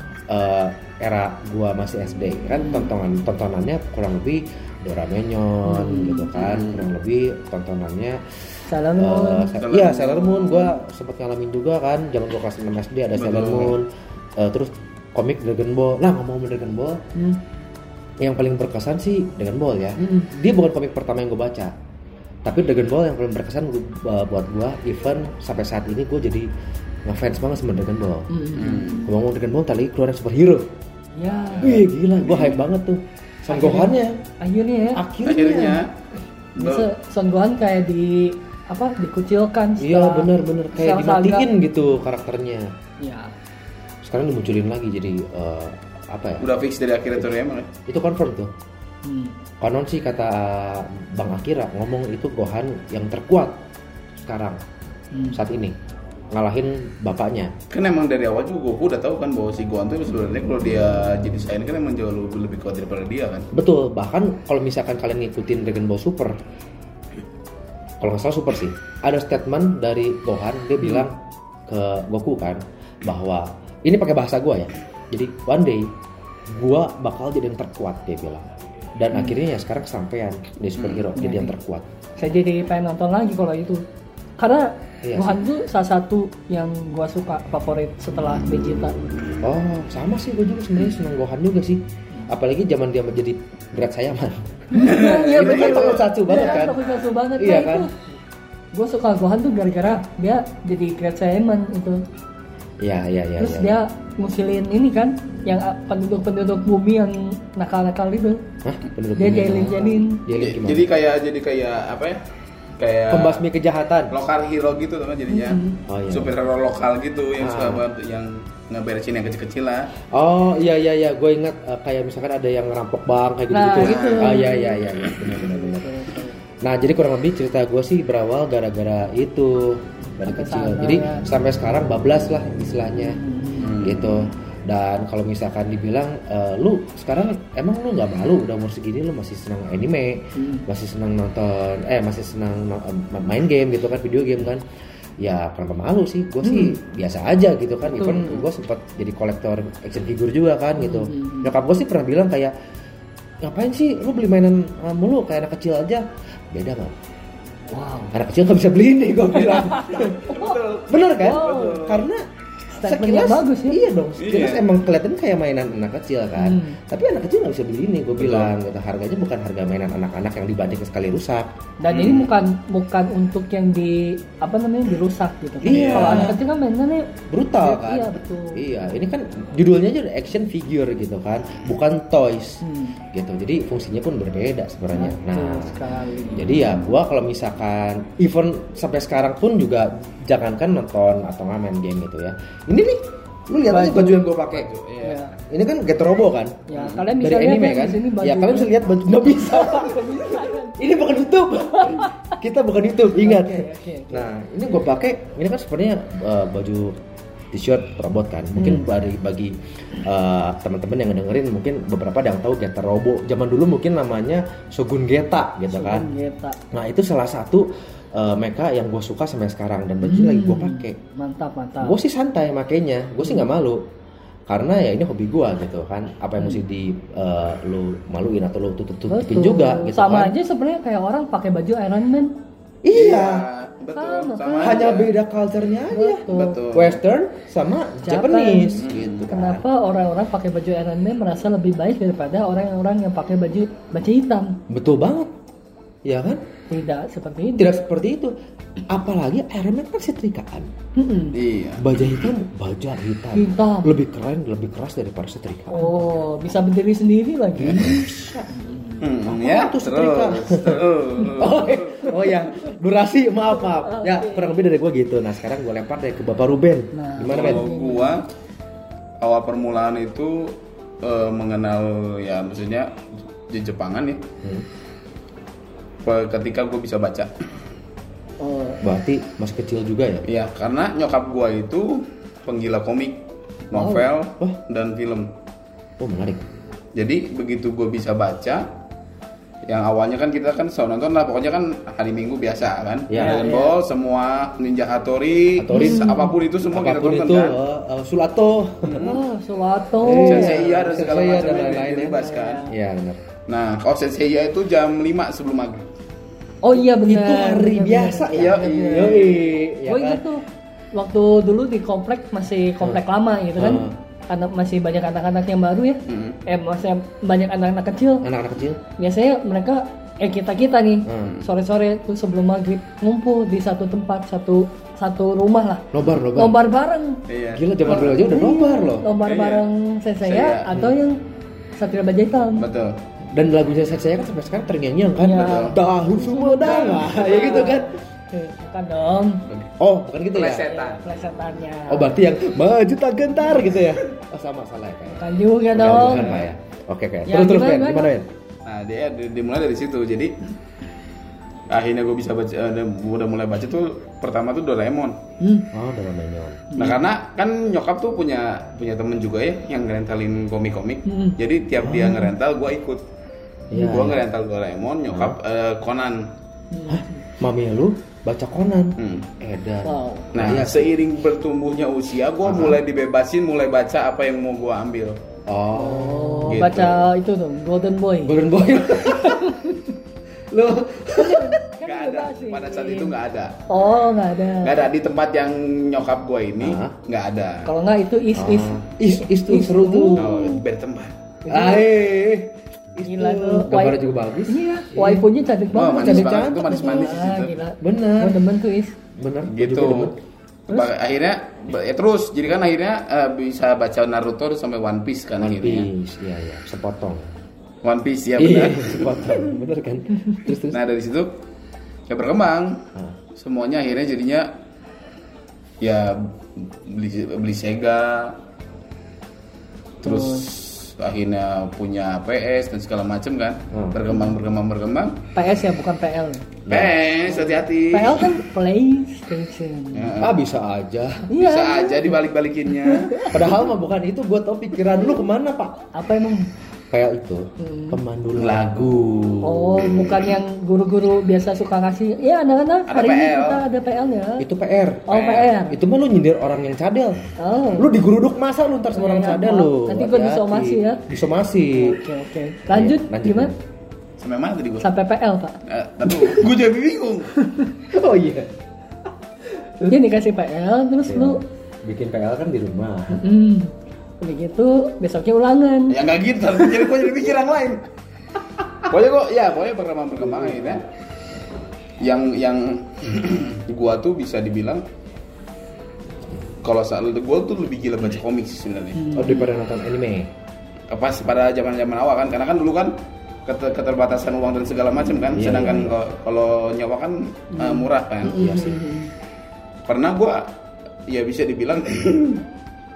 era gue masih SD kan, tontonannya kurang lebih Doraemon gitu kan, kurang lebih tontonannya Sailor Moon. Iya, Sailor Moon gue sempet ngalamin juga kan, zaman gue kelas 6 SD ada Sailor Moon. Terus komik Dragon Ball. Nah ngomong Dragon Ball, yang paling berkesan sih Dragon Ball ya. Dia bukan komik pertama yang gue baca, tapi Dragon Ball yang paling berkesan buat gue. Even sampai saat ini gue jadi ngefans banget sama Dragon Ball. Ngomong Dragon Ball tadi keluar superhero. Ya. Wih gila, gue hype banget tuh. Son Gohan-nya. Akhirnya. Bisa Son Gohan kayak dikucilkan. Iya benar kayak dimatiin gitu karakternya. Iya. Sekarang dimunculin lagi jadi apa ya? Udah fix dari Akira Toriyama ya? Itu confirm tuh. Konon sih kata Bang Akira ngomong itu Gohan yang terkuat sekarang saat ini, ngalahin bapaknya. Kan emang dari awal juga Goku udah tahu kan bahwa si Gohan tuh sebenarnya kalau dia jadi Saiyan kan emang jauh lebih kuat daripada dia kan. Betul, bahkan kalau misalkan kalian ngikutin Dragon Ball Super, kalau nggak salah Super sih, ada statement dari Gohan, dia bilang ke Goku kan bahwa ini pakai bahasa gua ya. Jadi one day gua bakal jadi yang terkuat, dia bilang. Dan akhirnya ya sekarang kesampaian di superhero jadi yang terkuat. Saya jadi pengen nonton lagi kalau itu. Karena Gohan sih. tuh salah satu yang gua suka favorit setelah Vegeta. Oh, sama sih, gue juga sebenarnya senang Gohan juga sih. Apalagi zaman dia menjadi berat Saiyaman. Iya itu kan tokusatsu banget kan. Tokusatsu banget. Iya kan. Gue suka Gohan tuh gara-gara dia jadi Great Saiyaman itu. Iya. Terus dia ngusilin ini kan, yang penduduk bumi yang nakal-nakal itu. Hah? Penduduk Dia bumi. jailin. Jadi kayak apa ya? Kayak pembasmi kejahatan. Lokal hero gitu kan jadinya. Oh, iya. Superhero lokal gitu yang suka banget yang ngeberesin yang kecil-kecil lah. Oh iya, gue ingat kayak misalkan ada yang ngerampok bank kayak gitu. Gitu. Oh iya, benar. Nah jadi kurang lebih cerita gue sih berawal gara-gara itu dari kecil. Jadi sampai sekarang bablas lah istilahnya gitu. Dan kalau misalkan dibilang lu sekarang emang lu nggak malu udah umur segini lu masih senang anime, masih senang nonton, masih senang main game gitu kan, video game kan? Ya kenapa malu sih? Gue sih biasa aja gitu kan. Even gue sempat jadi kolektor action figure juga kan gitu. Nyokap gue sih pernah bilang kayak, ngapain sih lu beli mainan mulu kayak anak kecil aja? Beda nggak? Wow. Anak kecil nggak bisa beli nih gue bilang. Bener kan? Wow. Karena Statementnya bagus ya. Iya dong. Sekilas emang kelihatan kayak mainan anak kecil kan. Tapi anak kecil nggak bisa beli ini, gue bilang. Gitu. Harganya bukan harga mainan anak-anak yang dibanding sekali rusak. Dan ini bukan untuk yang dirusak gitu kan. Iya. Kalau anak kecil kan mainannya brutal kan. Iya betul. Iya. Ini kan judulnya aja action figure gitu kan, bukan toys. Gitu. Jadi fungsinya pun berbeda sebenarnya. Nah, sekali. jadi ya gua kalau misalkan even sampai sekarang pun juga jangankan nonton atau main game gitu ya. Ini nih Lu lihat aja baju yang gue pakai. Iya. Ini kan Getrobo kan? Ya, kalian bisa dari lihat anime kan kan? di sini baju. Ya, kalian bisa lihat baju nggak bisa. Ini bukan YouTube. Kita bukan YouTube, ingat. Oke. Nah, ini gue pakai. Ini kan sebenarnya baju t-shirt robot kan. Mungkin bagi teman-teman yang ngedengerin mungkin beberapa ada yang tahu Getrobo. Zaman dulu mungkin namanya Shogun Geta gitu kan. Shogun Geta. Nah, itu salah satu mecha yang gue suka sampai sekarang dan baju lagi gue pakai. Mantap. Gue sih santai makainya, gue sih nggak malu karena ya ini hobi gue gitu kan. Apa yang mesti lu maluin atau lu tutupin juga gitu. Sama kan. aja sebenarnya kayak orang pakai baju Iron Man. Iya, betul. Sama hanya aja. beda culture-nya aja. Betul. Western sama Japanese gitu kan. Kenapa orang-orang pakai baju Iron Man merasa lebih baik daripada orang-orang yang pakai baju hitam? Betul banget, ya kan? Tidak seperti itu. Tidak seperti itu. Apalagi Iron Man kan setrikaan. Iya. Baja hitam Hitam. lebih keren, lebih keras daripada setrikaan. Oh, bisa berdiri sendiri lagi. Ya, Itu setrika. Oh ya, durasi maaf. Ya kurang lebih dari gue gitu. Nah sekarang gue lempar deh ke Bapak Ruben. Nah, Gimana Ben? Kalau gua awal permulaan itu mengenal ya maksudnya di Jepangan ya. Ketika gue bisa baca. Oh, Berarti masih kecil juga ya? Iya, karena nyokap gua itu penggila komik, novel, dan film. Oh menarik. Jadi begitu gue bisa baca, yang awalnya kan kita kan selalu nonton lah, pokoknya kan hari Minggu biasa kan, Ya, Dragon Ball, semua Ninja Hattori, apapun itu semua kita Apapun tonton itu, kan. Sulato. Sulato. Senseiya dan segala Senseiya macam dan yang lain-lain dibahas kan. Iya benar. Nah, kalau Senseiya itu jam 5 sebelum maghrib. Oh iya benar. Itu hari biasa ya. Yoi. Ya Gue kan? ingat tuh waktu dulu di komplek masih komplek lama gitu kan. Masih banyak anak-anak yang baru ya. Masih banyak anak-anak kecil. Anak-anak kecil. Biasanya mereka kita nih sore-sore tuh sebelum maghrib ngumpul di satu tempat, satu rumah lah. Nobar bareng. Iya. Gila zaman dulu aja udah nobar loh. Nobar Iya. bareng Senseiya atau yang Satria Baja Hitam. Betul. Dan lagunya saya kan sampai sekarang ternyanyi kan. Iya. Tahu Sumedang. Ya gitu kan. Bukan dong. Oh, bukan gitu ya. Plesetannya. Oh, berarti yang maju tak gentar gitu ya. Oh, sama salah ya. Bukan juga dong. Bukan, Pak, ya. Oke. Ya, Terus Ben, gimana? gimana Ben? Nah, dia dimulai dari situ. Jadi akhirnya gue bisa baca, udah mulai baca tuh pertama tuh Doraemon. Oh, Doraemon. Nah karena kan nyokap tuh punya temen juga ya yang ngerentalin komik-komik. Jadi tiap dia ngerental gue ikut. Iya, Gue ngerental Doraemon, nyokap Conan. Hah? Mami lu baca Conan. Edan. Wow. Nah seiring bertumbuhnya usia gue mulai dibebasin, mulai baca apa yang mau gue ambil. Oh, Oh, Gitu. baca itu dong, Golden Boy. Golden Boy. Lu Kan Gak ada. dibebasin. Pada saat itu nggak ada. Oh, nggak ada. Nggak ada di tempat yang nyokap gue ini nggak ada. Kalau nggak itu is tuh seru tuh. Oh, beda tempat. Gila tuh. Gambarnya juga bagus. Iya, waifunya cantik Oh, banget. manis cantik banget. cantik Itu manis-manis di Ah, situ. gila. Bener. Gue demen tuh Bener. Gitu. Akhirnya ya terus jadi kan akhirnya bisa baca Naruto sampai One Piece kan One akhirnya. Piece, iya ya, sepotong. One Piece ya benar. Sepotong, bener kan? Terus. Nah dari situ ya berkembang. Semuanya akhirnya jadinya ya beli Sega. Terus akhirnya punya PS dan segala macam kan. Berkembang. PS ya, bukan PL. PS hati-hati. PL kan PlayStation. Ya, Bisa aja. Iya. bisa aja dibalik-balikinnya. Padahal mah bukan itu, gue tau pikiran lu kemana pak? Apa emang? Kayak itu, pemandu lagu. Oh, bukan yang guru-guru biasa suka ngasih. Iya, anak-anak Ada hari ini PL. kita ada PL ya. Itu PR. Oh, PR. Itu mah lu nyindir orang yang cadel. Oh. Lu digeruduk masa lu ntar sama orang Iya, cadel maaf. lu. Nanti gua Hati-hati. disomasi ya. Disomasi. Oke. Lanjut, Lanjut. gimana? Sampai mana tadi gue? Sampai PL, Pak. Tapi gue jadi bingung. Oh iya. Dia dikasih PL terus lu Bikin PL kan di rumah. begitu besoknya ulangan. Ya nggak gitu, jadi gue jadi pikir yang lain. Pokoknya berkembang akhirnya. Yang gua tuh bisa dibilang kalau saat itu gua tuh lebih gila baca komik sih sebenarnya. Oh daripada nonton anime. Pas pada zaman awal kan, karena kan dulu kan keterbatasan uang dan segala macam kan. Iya, Sedangkan kalau nyawa kan murah kan. Iya sih. Pernah gua ya bisa dibilang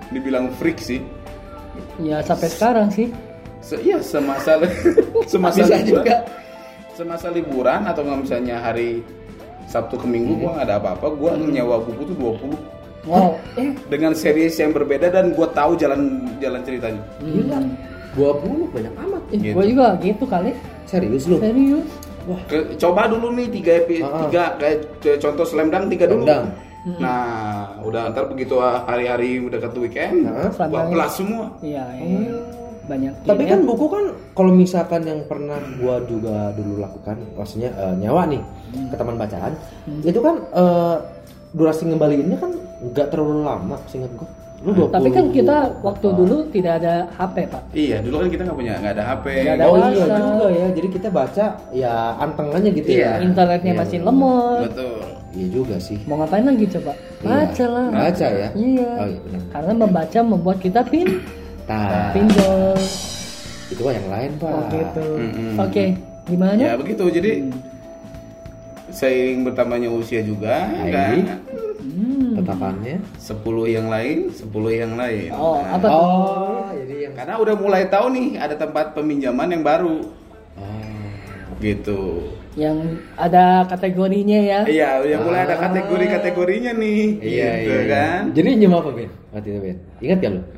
dibilang freak sih. Ya sampai sekarang sih. Iya semasa Bisa juga. Semasa liburan atau nggak misalnya hari Sabtu ke Minggu gua nggak ada apa-apa, gua nyewa buku tuh 20. Wow. Dengan series yang berbeda dan gua tahu jalan ceritanya. Gila. 20 banyak amat. Gitu. Gue juga gitu kali. Serius lu? Serius. Wah. Coba dulu nih 3 kayak contoh Slam Dunk 3 dulu. Slam Dunk. Nah, udah ntar begitu hari-hari udah dekat weekend, gua pelas semua. Iya. Banyak. Tapi kan buku kan kalau misalkan yang pernah gua juga dulu lakukan, maksudnya nyawa nih ke teman bacaan, itu kan durasi ngembaliinnya kan nggak terlalu lama, seingat gua. Tapi kan kita waktu dulu tidak ada HP, Pak. Iya, dulu kan kita nggak ada HP. Nggak ada Oh iya WhatsApp. juga ya, jadi kita baca ya antengannya gitu ya. Internetnya Iya, masih bener. lemot. Betul. Iya juga sih. Mau ngapain lagi coba? Baca lah. Baca ya. Iya. Oh iya benar. Karena membaca membuat kita pinjol. Itu mah yang lain pak. Oh gitu. Mm-mm. Oke, gimana? Ya begitu. Jadi seiring bertambahnya usia juga, Baik. kan? Tetapannya. 10 yang lain. Oh, Nah, apa tuh? Oh, jadi yang. karena udah mulai tahu nih ada tempat peminjaman yang baru, Oh. gitu. Yang ada kategorinya ya? Iya, udah mulai ada kategorinya nih, gitu kan? Jadi nyium apa Ben? Waktu itu Ben. Ingat gak lu?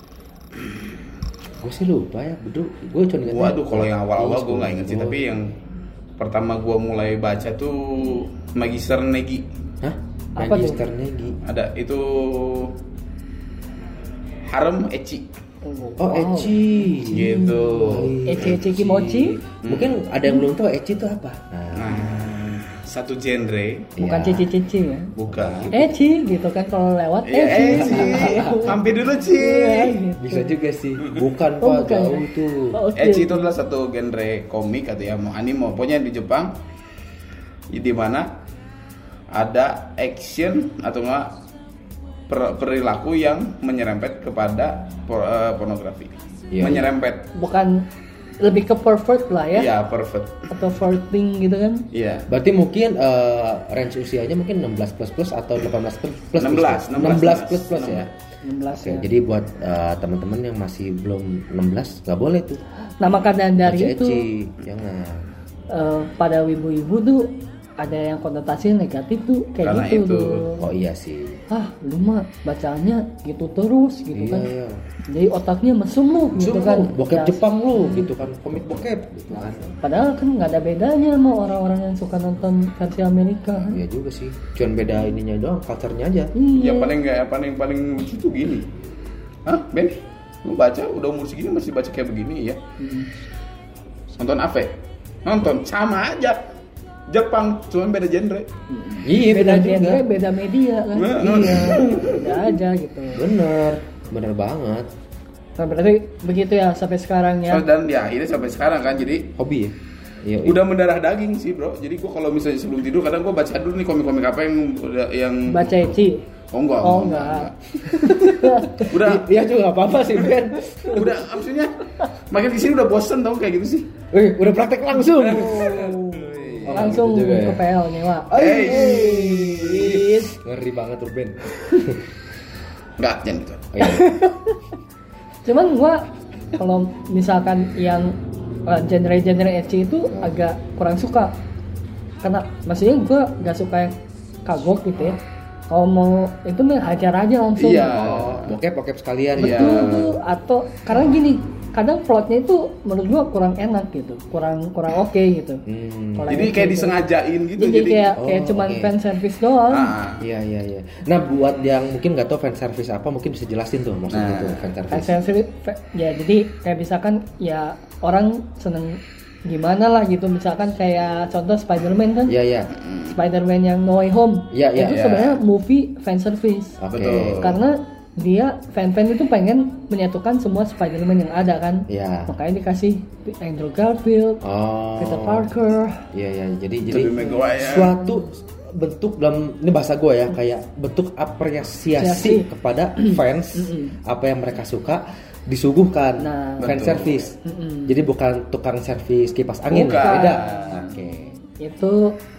Gue sih lupa ya, betul. Gue cuma ingat. Waduh, kalau yang awal-awal gue nggak inget sih, tapi yang pertama gue mulai baca tuh Magister Negi. Hah? Apa tuh? Magister Negi. Ada itu Harem Ecchi. Oh, Ecchi. Gitu. Ecchi Kimochi? Mungkin ada yang belum tahu Ecchi itu apa. Nah, satu genre, Bukan Iya. cici-cici ya? bukan. Ecchi gitu kan kalau lewat Iya, Ecchi. Mampir dulu, Ci. Iya, gitu. Bisa juga sih. Bukan Oh, pak, bukan. jauh tuh. Oh, oke. Ecchi itu adalah satu genre komik atau ya mau anime, pokoknya di Jepang, di mana ada action atau enggak perilaku yang menyerempet kepada pornografi. Iya. Menyerempet. Bukan lebih ke pervert lah ya? Iya, perfect. Atau flirting gitu kan? Iya. Berarti mungkin range usianya mungkin 16 plus atau 18 plus. 16 plus ya. 16 Oke, ya. jadi buat teman-teman yang masih belum 16 nggak boleh tuh. Nah maka dari itu Ecchi, jangan. pada wibu-wibu tuh ada yang konotasi negatif tuh kayak Karena gitu itu. tuh. Oh iya sih. Ah lu mah bacaannya gitu terus gitu Iya, kan. iya. Jadi otaknya mesum lu gitu kan. Bokep Ya, Jepang lu gitu kan, komik bokep gitu kan. Padahal kan nggak ada bedanya sama orang-orang yang suka nonton versi Amerika kan. Iya juga sih. Cuman beda ininya doang, culture-nya aja. Iya. Ya paling lucu tuh gini. Hah, Ben? Lu baca udah umur segini masih baca kayak begini ya? Nonton apa? Nonton sama aja. Jepang, cuma beda genre. Iya, beda benar genre, juga. beda media kan. Bener. Iya, beda aja gitu. Bener banget. Nah, berarti begitu ya sampai sekarang ya. Dan ya ini sampai sekarang kan jadi Hobi ya? Iya. udah mendarah daging sih bro. Jadi gua kalau misalnya sebelum tidur kadang gua baca dulu nih komik-komik apa yang Baca Ecchi. Oh enggak. Oh enggak. Udah Iya juga gak apa-apa sih Ben. udah maksudnya makin kesini udah bosen tau kayak gitu sih. Wih, udah praktek langsung. Langsung gitu juga ke ya. PL nyewa. Hey. Ngeri banget tuh Ben. Enggak jangan gitu. Oh, iya. Cuman gua kalau misalkan yang genre-genre ecchi itu agak kurang suka. Karena maksudnya gua gak suka yang kagok gitu ya. Kalau mau itu mah hajar aja langsung. Iya. Bokep sekalian Iya. ya. Betul tuh. Atau karena gini, kadang plotnya itu menurut gua kurang enak gitu, kurang oke gitu. Kalau Jadi yang kayak gitu. disengajain gitu. Jadi kayak Oh, cuman oke. fan service doang. Ah, Iya. Nah buat yang mungkin nggak tahu fan service apa, mungkin bisa jelasin tuh maksudnya Nah. tuh fan Fan service. service ya jadi kayak misalkan ya orang seneng gimana lah gitu, misalkan kayak contoh Spider-Man kan. Iya. Spider-Man yang No Way Home. Iya, Itu iya. sebenarnya movie fan service. Oke. Betul. Karena dia fan-fan itu pengen menyatukan semua Spider-Man yang ada kan. Iya. Makanya dikasih Andrew Garfield, Oh. Peter Parker. Iya. Jadi Tobey Maguire. suatu bentuk dalam ini bahasa gue ya kayak bentuk apresiasi kepada fans apa yang mereka suka disuguhkan Nah. fan Betul. service. Jadi bukan tukang servis kipas angin, Bukan. beda. Oke. Itu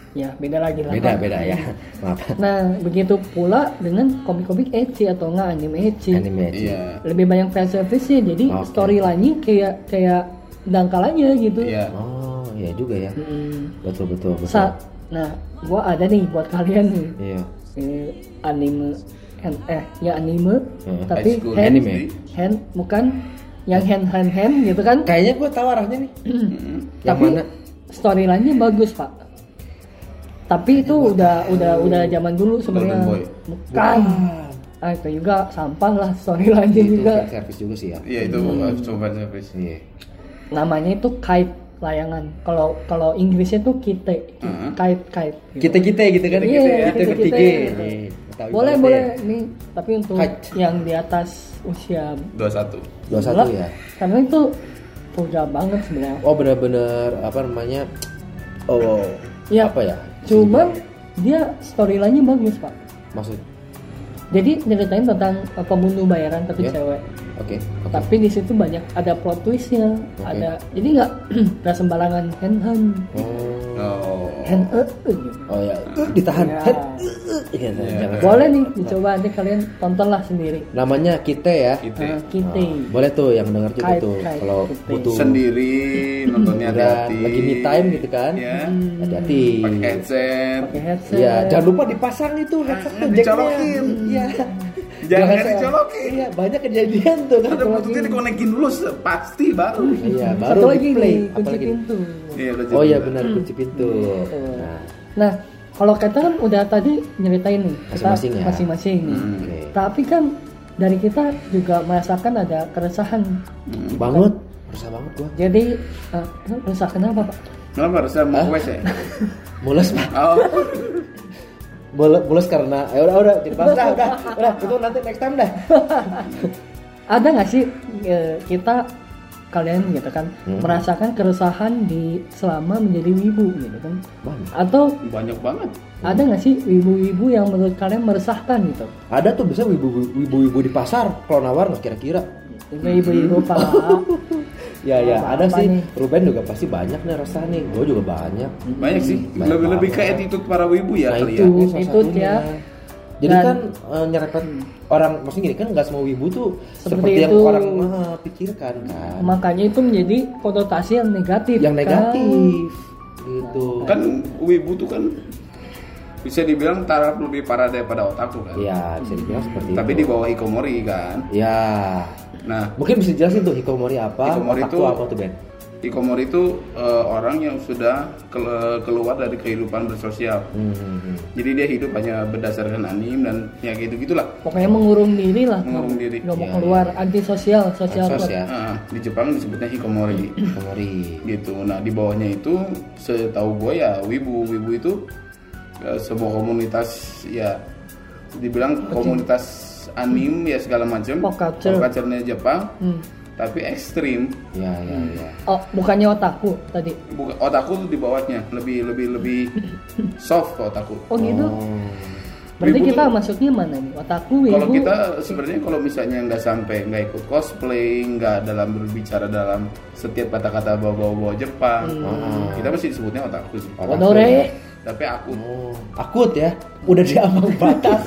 ya beda lagi lah. Beda ya. Maaf. Nah, begitu pula dengan komik-komik ecchi atau enggak anime ecchi. Iya. Lebih banyak fan service-nya, jadi storyline-nya kayak dangkal aja gitu. Iya. Oh, iya juga ya. Betul. Nah, gua ada nih buat kalian nih. Iya. Anime anime tapi anime. hand bukan yang hand gitu kan. Kayaknya gua tahu arahnya nih. Yang Tapi mana? storyline-nya bagus, Pak. Tapi itu udah zaman dulu sebenarnya. Golden Boy. Bukan. Itu juga sampah lah storyline-nya Itu juga. fan service juga sih ya. Iya itu coba service. Iya. Namanya itu kite layangan. Kalau Inggrisnya tuh kite. Kite. Kita gitu kan. Iya, Kita bertiga. gitu. Boleh nih, tapi untuk yang di atas usia 21 ya. Karena itu udah banget sebenarnya. Oh benar-benar apa namanya? Oh ya, apa ya? Cuman dia storyline-nya bagus, Pak. Maksud? Jadi nyeritain tentang pembunuh bayaran tapi cewek. Oke. Tapi di situ banyak ada plot twist-nya, ada. Jadi nggak sembarangan hand. Oh ya, ditahan. Ya. Boleh nih dicoba nanti kalian tontonlah sendiri. Namanya Kite ya. Kite. Boleh tuh yang denger juga tuh kalau butuh sendiri nontonnya hati-hati. Lagi me time gitu kan. Ya. Hati-hati. Pakai headset. Iya, jangan lupa dipasang itu headsetnya. Dicolokin. Iya. Jangan dicolokin. Iya, banyak kejadian tuh kan. Ada bluetoothnya dikonekin dulu pasti baru. Iya, baru satu lagi play. nih, kunci pintu. Oh iya benar, kunci pintu. Nah, kalau kita kan udah tadi nyeritain nih masing-masing nih. Tapi kan dari kita juga merasakan ada keresahan. Banget, resah banget gua. Jadi resah kenapa, Pak? Kenapa resah mau WC? Mules, Pak. Mules karena udah itu nanti next time dah. Ada nggak sih kita kalian gitu kan merasakan keresahan di selama menjadi wibu gitu kan? Banyak. Atau banyak banget. Ada nggak sih wibu-wibu yang menurut kalian meresahkan gitu? Ada tuh bisa wibu-wibu di pasar kalau nawar nggak kira-kira. Ibu-ibu Pak. Ya ada sih nih? Ruben juga pasti banyak nih resah nih. Gue juga banyak. Banyak sih. Lebih ke attitude para wibu ya kali ya. Itu ya. Jadi kan nyerempet orang, maksudnya gini kan nggak semua wibu tuh seperti yang orang pikirkan kan. Makanya itu menjadi konotasi yang negatif. Yang negatif gitu. Kan wibu tuh kan bisa dibilang taraf lebih parah daripada otaku kan. Iya bisa dibilang seperti itu. Tapi di bawah hikomori kan. Iya. Nah mungkin bisa dijelasin tuh hikomori apa? Hikomori itu apa tuh Ben? Hikomori itu orang yang sudah keluar dari kehidupan bersosial. Jadi dia hidup hanya berdasarkan anime dan ya gitu-gitulah. Pokoknya mengurung diri lah. Mengurung diri. Nggak mau keluar, antisosial, sosial. Di Jepang disebutnya hikomori. Gitu. Nah di bawahnya itu setahu gue ya wibu itu sebuah komunitas ya dibilang komunitas anime ya segala macam. Pop culture-nya Jepang. Tapi ekstrim. Ya. Oh, bukannya otaku tadi. Otaku tuh di bawahnya, lebih soft ke otaku. Oh gitu. Berarti kita masuknya mana nih? Otaku, wibu. Kalau kita sebenarnya kalau misalnya nggak ikut cosplay, nggak dalam berbicara dalam setiap kata-kata bawa-bawa Jepang, kita masih disebutnya otaku sih. Odore. Tapi akut. Akut ya. Udah di ambang batas.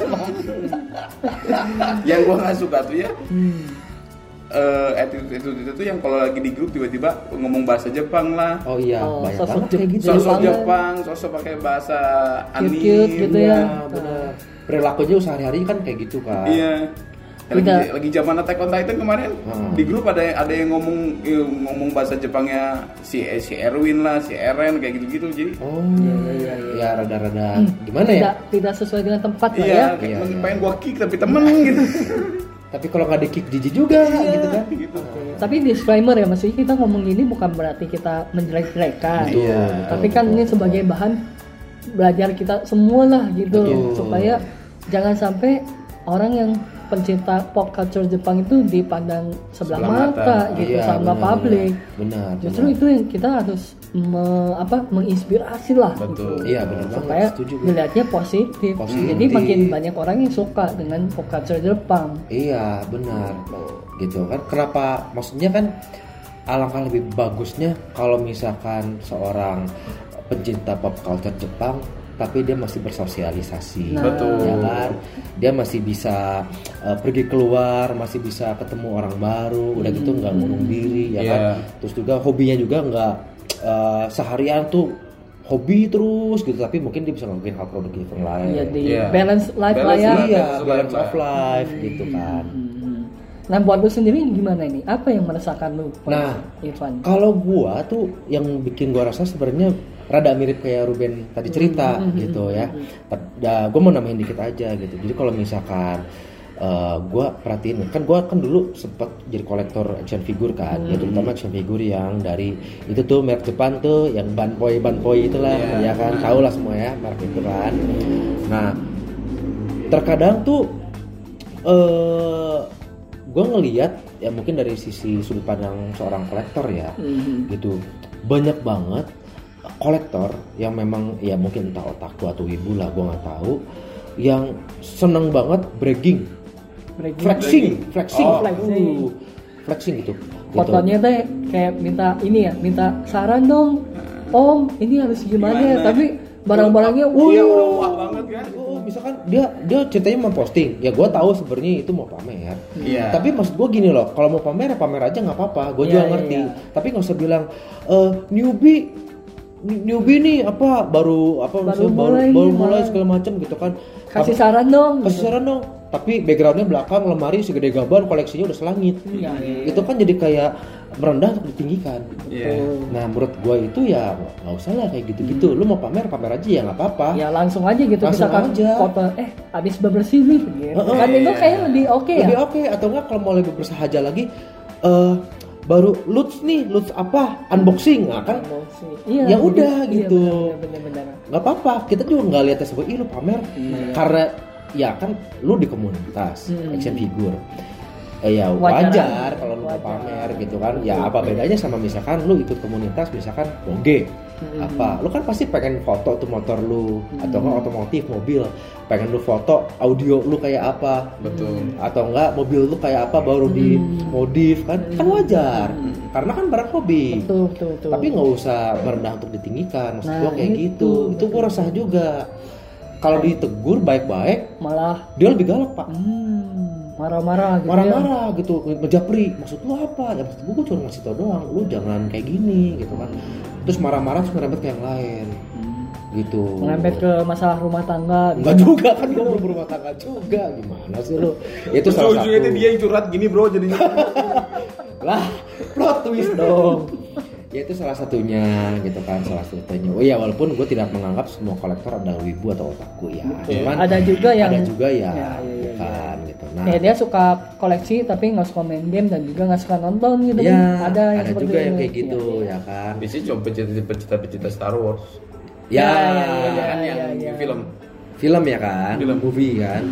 Yang gua nggak suka tuh ya. Attitude itu yang kalau lagi di grup tiba-tiba ngomong bahasa Jepang lah. Oh iya, banyak sosok kayak gitu. Sosok Jepang, sosok pakai bahasa anime gitu ya. Benar. Perilakunya sehari-hari kan kayak gitu kan. Iya. Lagi zaman Attack on Titan kemarin di grup ada yang ngomong bahasa Jepangnya si Erwin lah, si Eren kayak gitu-gitu jadi. Oh iya. Ya rada-rada gimana ya? Tidak sesuai dengan tempat lah ya. Iya, pengen gua kick tapi temen gitu. Tapi kalau nggak di-kick jijik juga gitu kan. Gitu. Tapi disclaimer ya, maksudnya kita ngomong gini bukan berarti kita menjelek-jelekan. Tapi kan ini sebagai bahan belajar kita semua lah gitu. Supaya jangan sampai orang yang pencinta pop culture Jepang itu dipandang sebelah mata gitu sama publik. Benar. Justru itu yang kita harus menginspirasi lah. Betul. Iya benar banget. Supaya dilihatnya positif. Jadi makin banyak orang yang suka dengan pop culture Jepang. Iya benar. Gitu kan. Kenapa? Maksudnya kan alangkah lebih bagusnya kalau misalkan seorang pencinta pop culture Jepang, tapi dia masih bersosialisasi, Betul. ya kan? Dia masih bisa pergi keluar, masih bisa ketemu orang baru, udah gitu nggak ngurung diri, ya kan? Terus juga hobinya juga nggak seharian tuh hobi terus gitu, tapi mungkin dia bisa ngelakuin hal produktif yang lain. Iya, di balance life lah ya. Iya, balance of life gitu kan. Nah, buat lu sendiri gimana ini? Apa yang meresahkan lu? Nah, Irfan. kalau gua tuh yang bikin gua rasa sebenarnya rada mirip kayak Ruben tadi cerita gitu ya. Gua mau nambahin dikit aja gitu. Jadi kalau misalkan gua perhatiin kan gua kan dulu sempat jadi kolektor action figure kan, ya terutama action figure yang dari itu tuh merek Jepang tuh yang Banpoi itulah, ya kan, tahu lah semua ya merek itu kan. Nah, terkadang tuh gue ngelihat ya mungkin dari sisi sudut pandang seorang kolektor ya, gitu, banyak banget kolektor yang memang ya mungkin entah otaku atau wibu lah, gue nggak tahu, yang seneng banget flexing gitu. Fotonya teh kayak minta ini ya, minta saran dong, Om, ini harus gimana? Tapi barang-barangnya, udah wah banget kan. Misalkan dia ceritanya mau posting, ya gue tahu sebenarnya itu mau pamer. Tapi maksud gue gini loh, kalau mau pamer aja nggak apa-apa, gue juga ngerti. Tapi nggak usah bilang newbie nih baru mulai segala macam gitu kan. Kasih saran dong. Tapi backgroundnya belakang lemari segede gaban, koleksinya udah selangit. Itu kan jadi kayak merendah untuk ditinggikan. Nah menurut gue itu ya nggak usah lah kayak gitu-gitu. Lu mau pamer aja ya nggak apa-apa. Ya langsung aja gitu. Langsung misalkan aja. Foto habis bebersih nih. Gitu. Kan itu kayak lebih oke ya. Lebih oke. Atau nggak kalau mau lebih bersahaja lagi, baru Lutz apa unboxing, nah kan? Ya udah gitu. Bener-bener. Nggak apa-apa. Kita juga nggak lihatnya sebagai lu pamer karena ya kan lu di komunitas action figure. Ya wajar kalau lu mau pamer gitu kan. Ya apa bedanya sama misalkan lu ikut komunitas misalkan moge apa, lu kan pasti pengen foto tuh motor lu atau enggak otomotif mobil, pengen lu foto audio lu kayak apa, betul, atau enggak mobil lu kayak apa baru di modif kan wajar karena kan barang hobi. Betul. Tapi nggak usah merendah untuk ditinggikan, maksud gua kayak gitu. Itu gua resah juga. Kalau ditegur baik-baik, malah dia lebih galak, Pak. Marah-marah gitu, ngejapri. Maksud lu apa? Ya maksud gue cuma ngasih tau doang, lu jangan kayak gini gitu kan. Terus marah-marah terus ngerembet ke yang lain. Gitu. Ngerembet ke masalah rumah tangga. Enggak juga kan, gue belum berumah tangga juga. Gimana sih lu? Itu salah satu. Itu dia yang curhat gini, Bro, jadinya. Lah, plot twist dong. Ya itu salah satunya gitu kan, salah satunya. Oh iya, walaupun gue tidak menganggap semua kolektor adalah wibu atau otaku ya. Cuman ada juga yang bukan gitu. Nah, dia suka koleksi tapi nggak suka main game dan juga nggak suka nonton gitu. Ya, ada juga yang kayak gitu ya kan. Di sini cuma pecinta Star Wars. Ya, kan yang film ya kan, movie kan.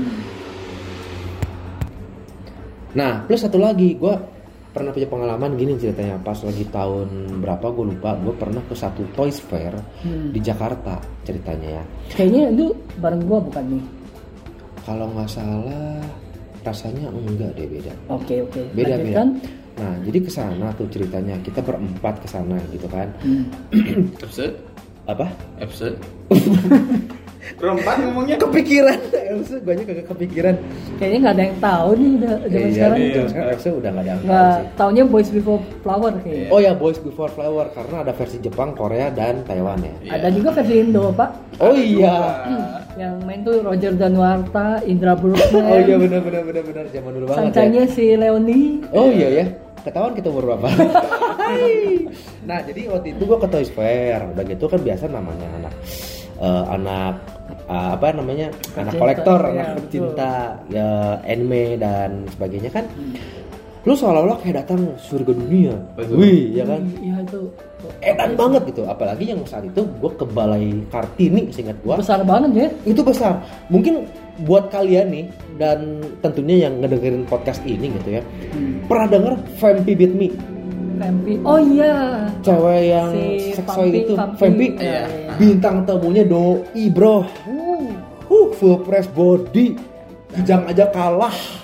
Nah, plus satu lagi, gue pernah punya pengalaman gini ceritanya. Pas lagi tahun berapa gue lupa, gue pernah ke satu Toys Fair di Jakarta ceritanya ya. Kayaknya itu bareng gue bukan nih? Kalau nggak salah rasanya enggak deh, beda. Oke. Beda. Nah, jadi kesana tuh ceritanya, kita berempat kesana gitu kan. Episode? Apa? Episode? Berempat ngomongnya? Kepikiran. Gue aja kagak kepikiran. Kayaknya nggak ada yang tahu nih udah zaman sekarang. Sekarang udah nggak ada yang tahu sih. Taunya Boys Before Flower kayaknya. Oh ya, Boys Before Flower karena ada versi Jepang, Korea dan Taiwan ya. Ada juga versi Indo, Pak. Oh iya. Yang main tuh Roger Danuarta, Indra Bruggman. Oh iya benar zaman dulu banget. Sancanya si Leoni. Oh iya ya. Ketahuan kita umur berapa. Nah, jadi waktu itu gua ke Toys Fair. Udah gitu kan biasa namanya anak kolektor, anak pecinta ya anime dan sebagainya kan. Lu seolah-olah kayak datang surga dunia. Wih, ya kan? Iya itu. Edan banget gitu. Apalagi yang saat itu gue ke Balai Kartini, seingat gue. Besar banget ya? Itu besar. Mungkin buat kalian nih dan tentunya yang ngedengerin podcast ini gitu ya, pernah denger Vampy Beat Me? Vampy. Oh iya. Cewek yang si seksual itu, Vampy. Iya. Bintang tamunya doi, bro. Full press body. Kijang aja kalah.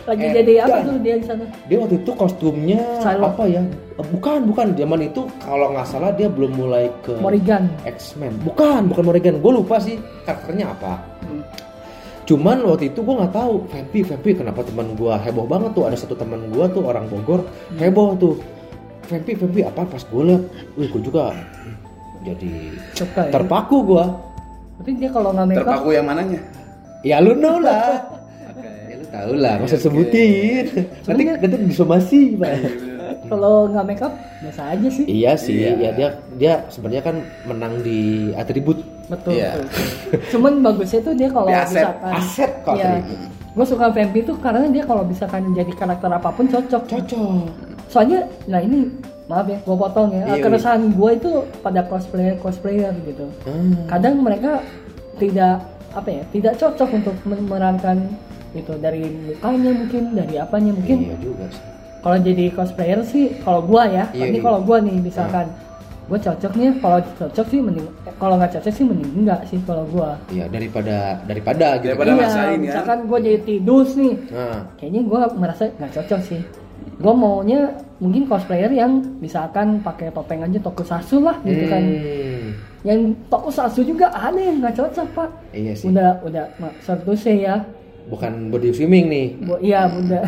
Lagi jadi apa tuh dia di sana? Dia waktu itu kostumnya Psylocke. apa ya? Bukan zaman itu kalau nggak salah dia belum mulai ke Morrigan. X-Men. Bukan Morrigan. Gue lupa sih karakternya apa. Cuman waktu itu gue nggak tahu Vampy kenapa teman gue heboh banget tuh. Ada satu teman gue tuh orang Bogor heboh tuh. Vampy apa pas gue liat, gue juga jadi Suka, ya? terpaku gue. Tapi dia kalau nggak make up Terpaku yang mananya? Ya lu know lah. Ya lu tahu lah, masa sebutin. Nanti disomasi, Pak. kalau nggak make up biasa aja sih. Iya sih, Iya. ya dia sebenarnya kan menang di atribut. Betul. Iya. Cuman bagusnya tuh dia kalau Di aset. misalkan Aset kalau Iya. atribut. Gue suka Vampy tuh karena dia kalau misalkan jadi karakter apapun cocok. Soalnya, nah ini maaf ya, gue potong ya. Iya, Keresahan gue itu pada cosplayer gitu. Kadang mereka tidak tidak cocok untuk memerankan itu dari mukanya mungkin, dari apanya mungkin. Iya juga sih. Kalau jadi cosplayer sih, kalau gue ya, Iya, ini iya. kalau gue nih misalkan gue cocok nih, kalau cocok sih mending, kalau nggak cocok sih mending enggak sih kalau gue. Iya daripada gitu. Daripada Iya, rasain ya. misalkan gue jadi Tidus nih, Nah, kayaknya gue merasa nggak cocok sih. Gue maunya mungkin cosplayer yang misalkan pakai topeng aja tokusatsu lah gitu kan. Yang tokusatsu juga ada yang nggak cocok pak. Iya sih. Udah sorry to say ya. Bukan body swimming nih. Iya bunda.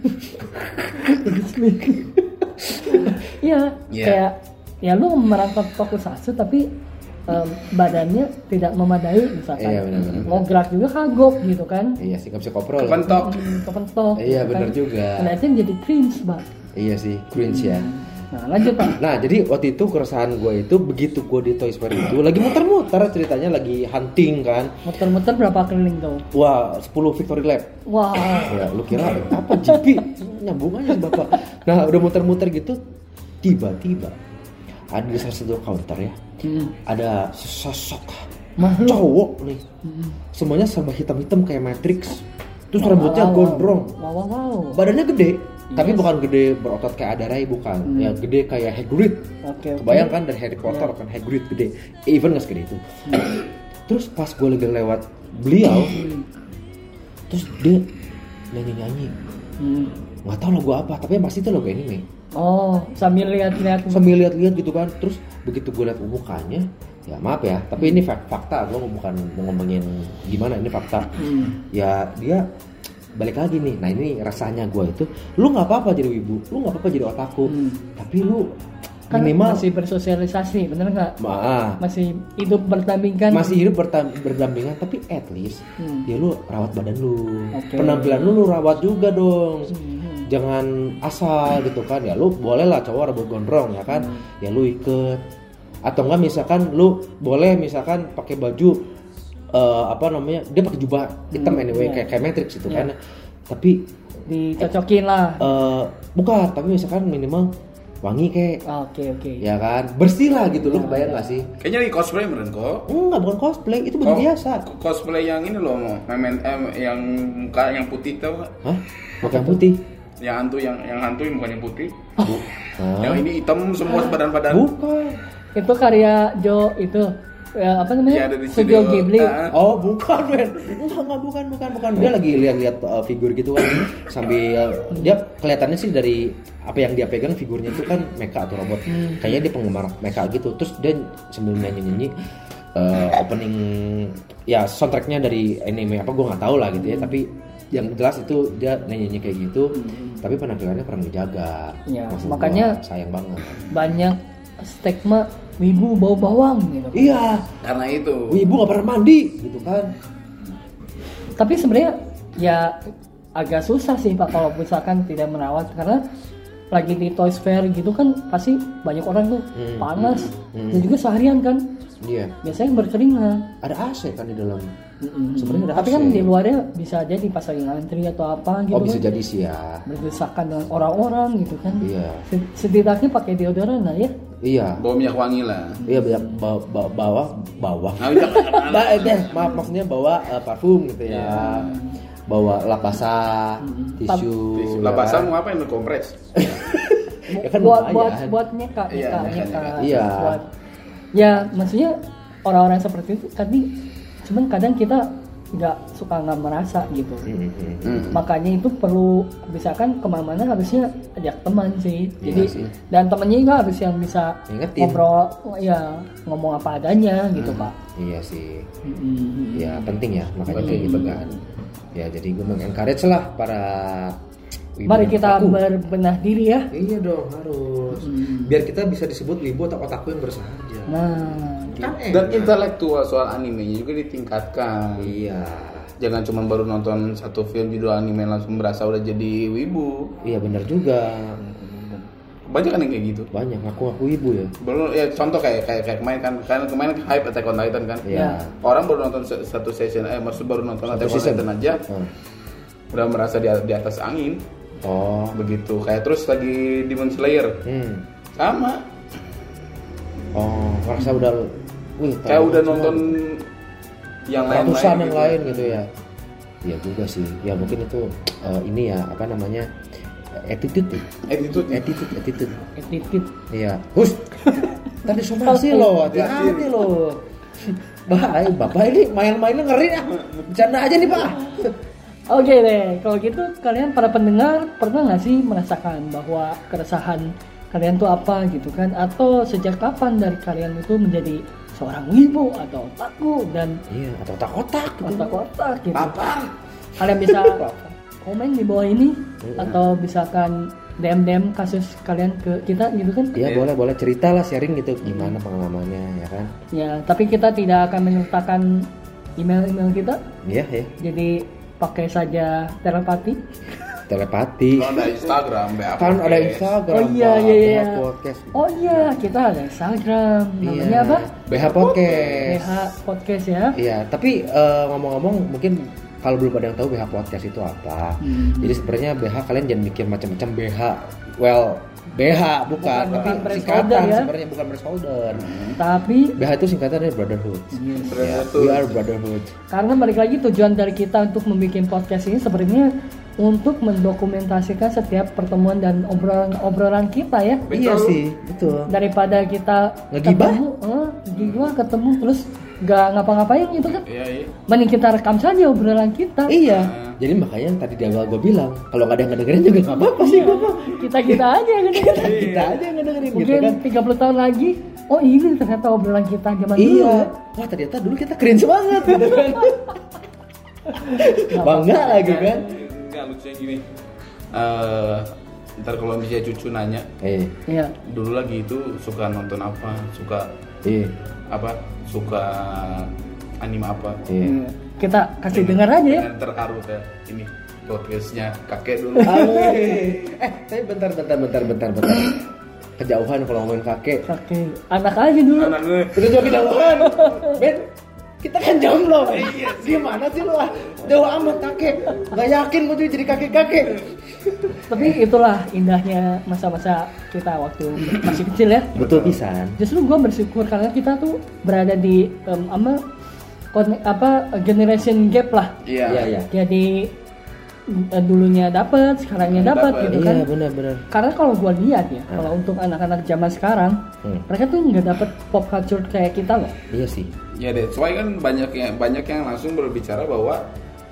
Iya Iya. kayak ya lu merangkap tokusatsu tapi badannya tidak memadai misalkan. Iya, benar-benar. Mau gerak juga kagok gitu kan. Iya sih, nggak bisa koprol. Kepentok. Kepentok. Iya, gitu benar kan. juga. Kelihatannya jadi cringe pak. Iya sih, cringe ya. Nah lanjut pak. Nah, jadi waktu itu keresahan gue itu begitu gue di Toys Fair itu lagi muter-muter ceritanya, lagi hunting kan. Muter-muter berapa keliling tuh? Wah, 10 Victory Lap. Wah. Ya, lu kira apa GP? Nyambung aja Bapak. Nah, udah muter-muter gitu, tiba-tiba ada di salah satu counter ya. Ada sosok Makhluk. cowok nih. Semuanya serba hitam-hitam kayak Matrix. Terus rambutnya Wow. gondrong. Wow. Badannya gede, tapi bukan gede berotot kayak ada Ray, bukan. Ya gede kayak Hagrid. Oke. Kebayang kan dari Harry Potter kan Hagrid gede. Even nggak segede itu. Terus pas gue lagi lewat beliau, terus dia nyanyi-nyanyi. Nggak tahu lagu apa, tapi yang pasti itu lagu anime. Oh, sambil lihat-lihat. Sambil lihat-lihat gitu kan. Terus begitu gue lihat mukanya, ya maaf ya, tapi ini fakta. Gue bukan mau ngomongin gimana, ini fakta. Ya dia balik lagi nih. Nah ini rasanya gue itu, lu nggak apa-apa jadi wibu, lu nggak apa-apa jadi otaku, tapi lu Kan minimal masih bersosialisasi, bener nggak? Masih hidup berdampingan. masih hidup berdampingan, tapi at least ya lu rawat badan lu, Oke. penampilan lu rawat juga dong. Jangan asal gitu kan, ya lu boleh lah cowok rambut gondrong ya kan, ya lu iket, atau enggak misalkan lu boleh misalkan pakai baju apa namanya, dia pakai jubah hitam anyway iya. kayak Matrix itu Iya. kan, tapi Dicocokin lah. bukan, tapi misalkan minimal wangi kayak, Oke. ya kan, bersih lah gitu, lu kebayang gak sih? Kayaknya lagi cosplay beneran kok. Enggak, bukan cosplay, itu baju biasa. Cosplay yang ini loh, yang muka yang putih tau gak? Hah? Bukan putih? Yang hantu yang mukanya putih. Hah? Yang ini hitam semua badan-badan. Bukan. Itu karya Jo itu apa namanya? Iya, ada di Studio studio. Ghibli. Oh, bukan, men. Enggak, bukan. Dia lagi lihat-lihat figur gitu kan. Sambil dia kelihatannya sih dari apa yang dia pegang figurnya itu kan mecha atau robot. Kayaknya dia penggemar mecha gitu. Terus dia sambil nyanyi-nyanyi opening ya soundtracknya dari anime apa gue nggak tahu lah gitu ya. Tapi yang jelas itu dia nyanyi kayak gitu. Tapi penampilannya kurang dijaga. Ya, Maksud makanya gua, sayang banget. banyak stigma wibu bau bawang gitu. Iya. Karena itu. Ibu nggak pernah mandi gitu kan. Tapi sebenarnya ya agak susah sih Pak kalau misalkan tidak merawat, karena lagi di Toys Fair gitu kan pasti banyak orang tuh panas dan juga seharian kan Iya. biasanya berkeringat. Ada AC kan di dalam. Sebenarnya ada Tapi AC. kan di luarnya bisa jadi pas lagi ngantri atau apa gitu. Oh bisa kan jadi sih ya. berdesakan dengan orang-orang gitu kan. Iya. Setidaknya pakai deodoran lah ya. Iya. Bawa minyak wangi lah. Iya banyak bawa. Nah, jangan. Maaf maksudnya bawa parfum gitu ya. Bawa lap basah, tisu. Lah ya basah kan? mau apa yang kompres? Ya kan buat lumayan. buat nyeka. Iya. Iya. Buat, ya maksudnya orang-orang seperti itu tadi, cuman kadang kita nggak merasa gitu. Makanya itu perlu, misalkan kemana-mana harusnya ajak teman sih. Jadi sih. dan temennya juga harus yang bisa Ingetin. ngobrol, ya ngomong apa adanya gitu Pak. Iya sih. Ya penting ya, makanya kayak gitu kan. Ya jadi gue meng-encourage lah para wibu Mari dan kita otaku. berbenah diri ya. Iya dong harus. Biar kita bisa disebut wibu atau otaku yang bersahaja. Nah, Kan Dan enak. intelektual soal animenya juga ditingkatkan. Iya. Jangan cuma baru nonton satu film judul anime langsung berasa udah jadi wibu. Iya benar juga. Banyak kan yang kayak gitu. Banyak ngaku-ngaku wibu ya. Baru ya contoh kayak kemarin kan kemarin hype Attack on Titan kan. Iya. Orang baru nonton satu session maksud baru nonton Satu Attack on season. Titan aja udah merasa di atas angin Oh. begitu. Kayak terus lagi Demon Slayer sama Oh, merasa udah kayak udah nonton yang ratusan lain-lain yang gitu. lain gitu ya. Iya juga sih. Ya mungkin itu ini ya apa namanya? Attitude. Attitude. attitude. Iya. Hus. Tadi somasi lo, hati-hati lo. Bapak ini main-mainnya ngeri ya. Bercanda aja nih, Pak. Oke deh, kalau gitu kalian para pendengar pernah nggak sih merasakan bahwa keresahan kalian tuh apa gitu kan? Atau sejak kapan dari kalian itu menjadi seorang wibu atau otaku dan Iya, atau otak-otak gitu. otak-otak gitu? Apa? Kalian bisa komen di bawah ini atau misalkan DM kasus kalian ke kita gitu kan? Iya, boleh cerita lah, sharing gitu gimana pengalamannya ya kan. Ya, tapi kita tidak akan menyertakan email kita. Iya, ya. Jadi pakai saja telepati. Telepati. Kalau ada Instagram, BA Kan ada Podcast. Instagram. Oh iya, Pak. iya, iya. BH Podcast. Oh iya, kita ada Instagram. Namanya Iya. apa? BH Podcast. BH Podcast ya. Iya, tapi ngomong-ngomong mungkin kalau belum ada yang tahu BH Podcast itu apa. Jadi sebenarnya BH kalian jangan mikir macam-macam BH. Well, BH bukan, tapi bukan braceholder singkatan ya. sebenarnya bukan braceholder. Tapi BH itu singkatan dari brotherhood. Ya, Brotherhood. we are brotherhood. karena balik lagi tujuan dari kita untuk membuat podcast ini sebenarnya untuk mendokumentasikan setiap pertemuan dan obrolan kita ya. Betul. Iya sih, betul. Daripada kita Ngegibah? ketemu terus gak ngapa-ngapain gitu kan. Iya. Mending kita rekam saja obrolan kita. Iya. Jadi makanya yang tadi di awal gue bilang, kalau nggak ada yang ngedengerin juga nggak apa-apa sih, Bapak. Kita aja yang ngedengerin. Kita aja yang ngedengerin gitu Mungkin kan. 30 tahun lagi, oh ini ternyata obrolan kita zaman dulu Iya. ya. Wah ternyata dulu kita keren banget gitu kan. Bangga lagi kan. Enggak lucunya gini. Ntar kalau misalnya cucu nanya, Iya. dulu lagi itu suka nonton apa, suka apa, suka anime apa. Iya. Kita kasih dengar aja ya. Dengan terharu ke ini podcastnya kakek dulu. Tapi bentar. Kejauhan kalau ngomongin kakek. Oke, anak aja dulu. Anaknya Itu juga kejauhan. Ben, kita kan jomblo. Gimana sih lu? Jauh amat kakek. Gak yakin gue tuh jadi kakek-kakek. Tapi itulah indahnya masa-masa kita waktu masih kecil ya. Betul pisan. Justru gue bersyukur karena kita tuh berada di generation gap lah. Iya. Jadi dulunya dapat, sekarangnya dapat gitu kan. Iya benar. Karena kalau gue lihat ya, kalau untuk anak-anak zaman sekarang, mereka tuh nggak dapat pop culture kayak kita loh. Iya sih. Ya that's why kan banyak yang langsung berbicara bahwa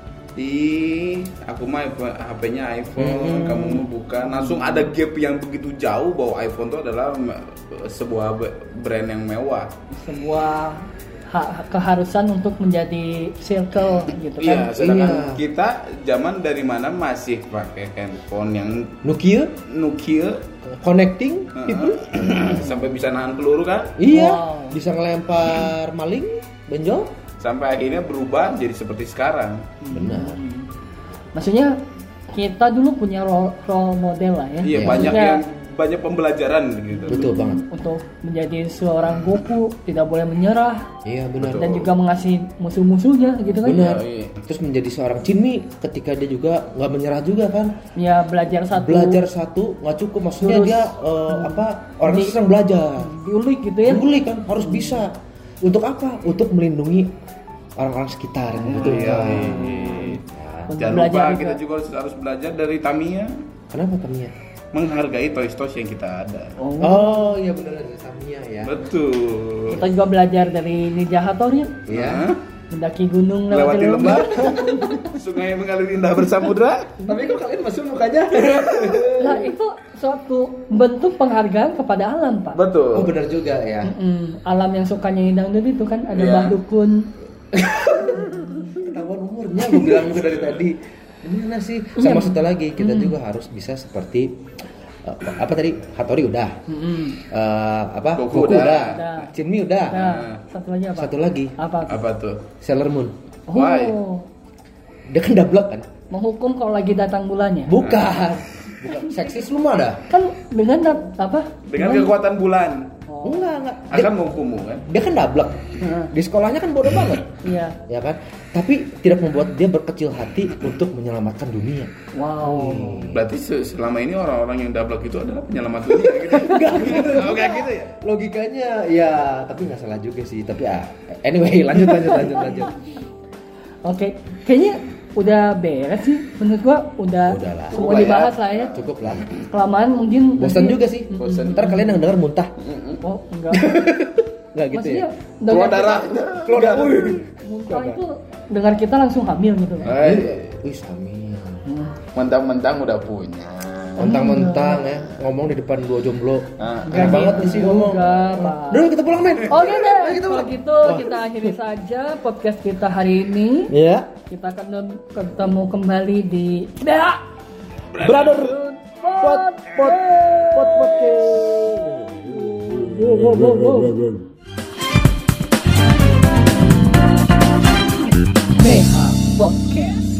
aku mah HP-nya iPhone, kamu mau bukan. Langsung ada gap yang begitu jauh bahwa iPhone itu adalah sebuah brand yang mewah. Sebuah keharusan untuk menjadi circle gitu kan. Iya, sedangkan kita zaman dari mana masih pakai handphone yang Nokia connecting people. sampai bisa nahan peluru kan? Iya, Wow. bisa ngelempar maling, benjol. Sampai akhirnya berubah jadi seperti sekarang. Benar. Maksudnya kita dulu punya role model lah ya. Iya, banyak pembelajaran gitu. Betul banget. Untuk menjadi seorang Goku tidak boleh menyerah Iya benar. dan juga mengasihi musuh-musuhnya gitu kan. Benar. Iya. Terus menjadi seorang Chinmi ketika dia juga nggak menyerah juga kan. Ya belajar satu Nggak cukup, maksudnya Terus, dia orang di- sedang belajar. diulik gitu ya. Diulik kan harus bisa. Untuk apa? Untuk melindungi orang-orang sekitar. Betul. Iya. Untuk Jangan belajar lupa juga. kita juga harus belajar dari Tamiya, Kenapa Tamiya? menghargai toys yang kita ada. Oh iya benar, Tamiya ya. Betul. Kita juga belajar dari Ninja Hattori. Iya. Hah? mendaki gunung Lewati lembah. Sungai yang mengalir indah bersamudra. Tapi kok kalian masuk mukanya? Nah itu suatu bentuk penghargaan kepada alam, Pak. Betul. Oh benar juga ya. Alam yang suka nyanyi dangdut itu kan ada Iya. Mbah Dukun. Ketahuan umurnya gue bilang dari tadi. Gimana sih? Sama satu lagi kita juga harus bisa seperti apa tadi? Hattori udah. Apa? Goku Goku udah. udah. Chinmi udah. Nah, satu lagi apa? Satu lagi Apa? tuh? Apa tuh? Sailor Moon. Oh, Why? Dia kan double kan? menghukum kalau lagi datang bulannya. Bukan. Bukan. Seksis lu mah ada. Kan dengan apa? Dengan kekuatan bulan Oh, Enggak. akan menghukummu kan? Dia kan double. Di sekolahnya kan bodoh banget. iya. Ya kan? Tapi tidak membuat dia berkecil hati untuk menyelamatkan dunia. Wow. Berarti selama ini orang-orang yang double itu adalah penyelamat dunia gitu. Oh, kayak gitu ya? Logikanya ya, tapi nggak salah juga sih. Tapi anyway, lanjut. Oke, kayaknya udah beres sih. Menurut gua udah Udahlah. semua Cukup lah ya. dibahas lah ya. Cukup lah. Kelamaan mungkin. Bosan nanti- juga sih. Bosan. Ntar kalian yang denger muntah. Oh enggak. Nggak gitu Maksudnya ya? Keluar darah. Keluar darah. muntah itu dengar kita langsung hamil gitu. Wih, Samir. Mentang-mentang udah punya. Mentang-mentang ya ngomong di depan dua jomblo. Nah, Enggak banget gitu sih ngomong. juga, Pak. Udah kita pulang, men. Oke deh, kita kalau pulang. gitu kita akhiri saja podcast kita hari ini. Ya. Kita akan ketemu kembali di Brother pot podcast. BH Podcast.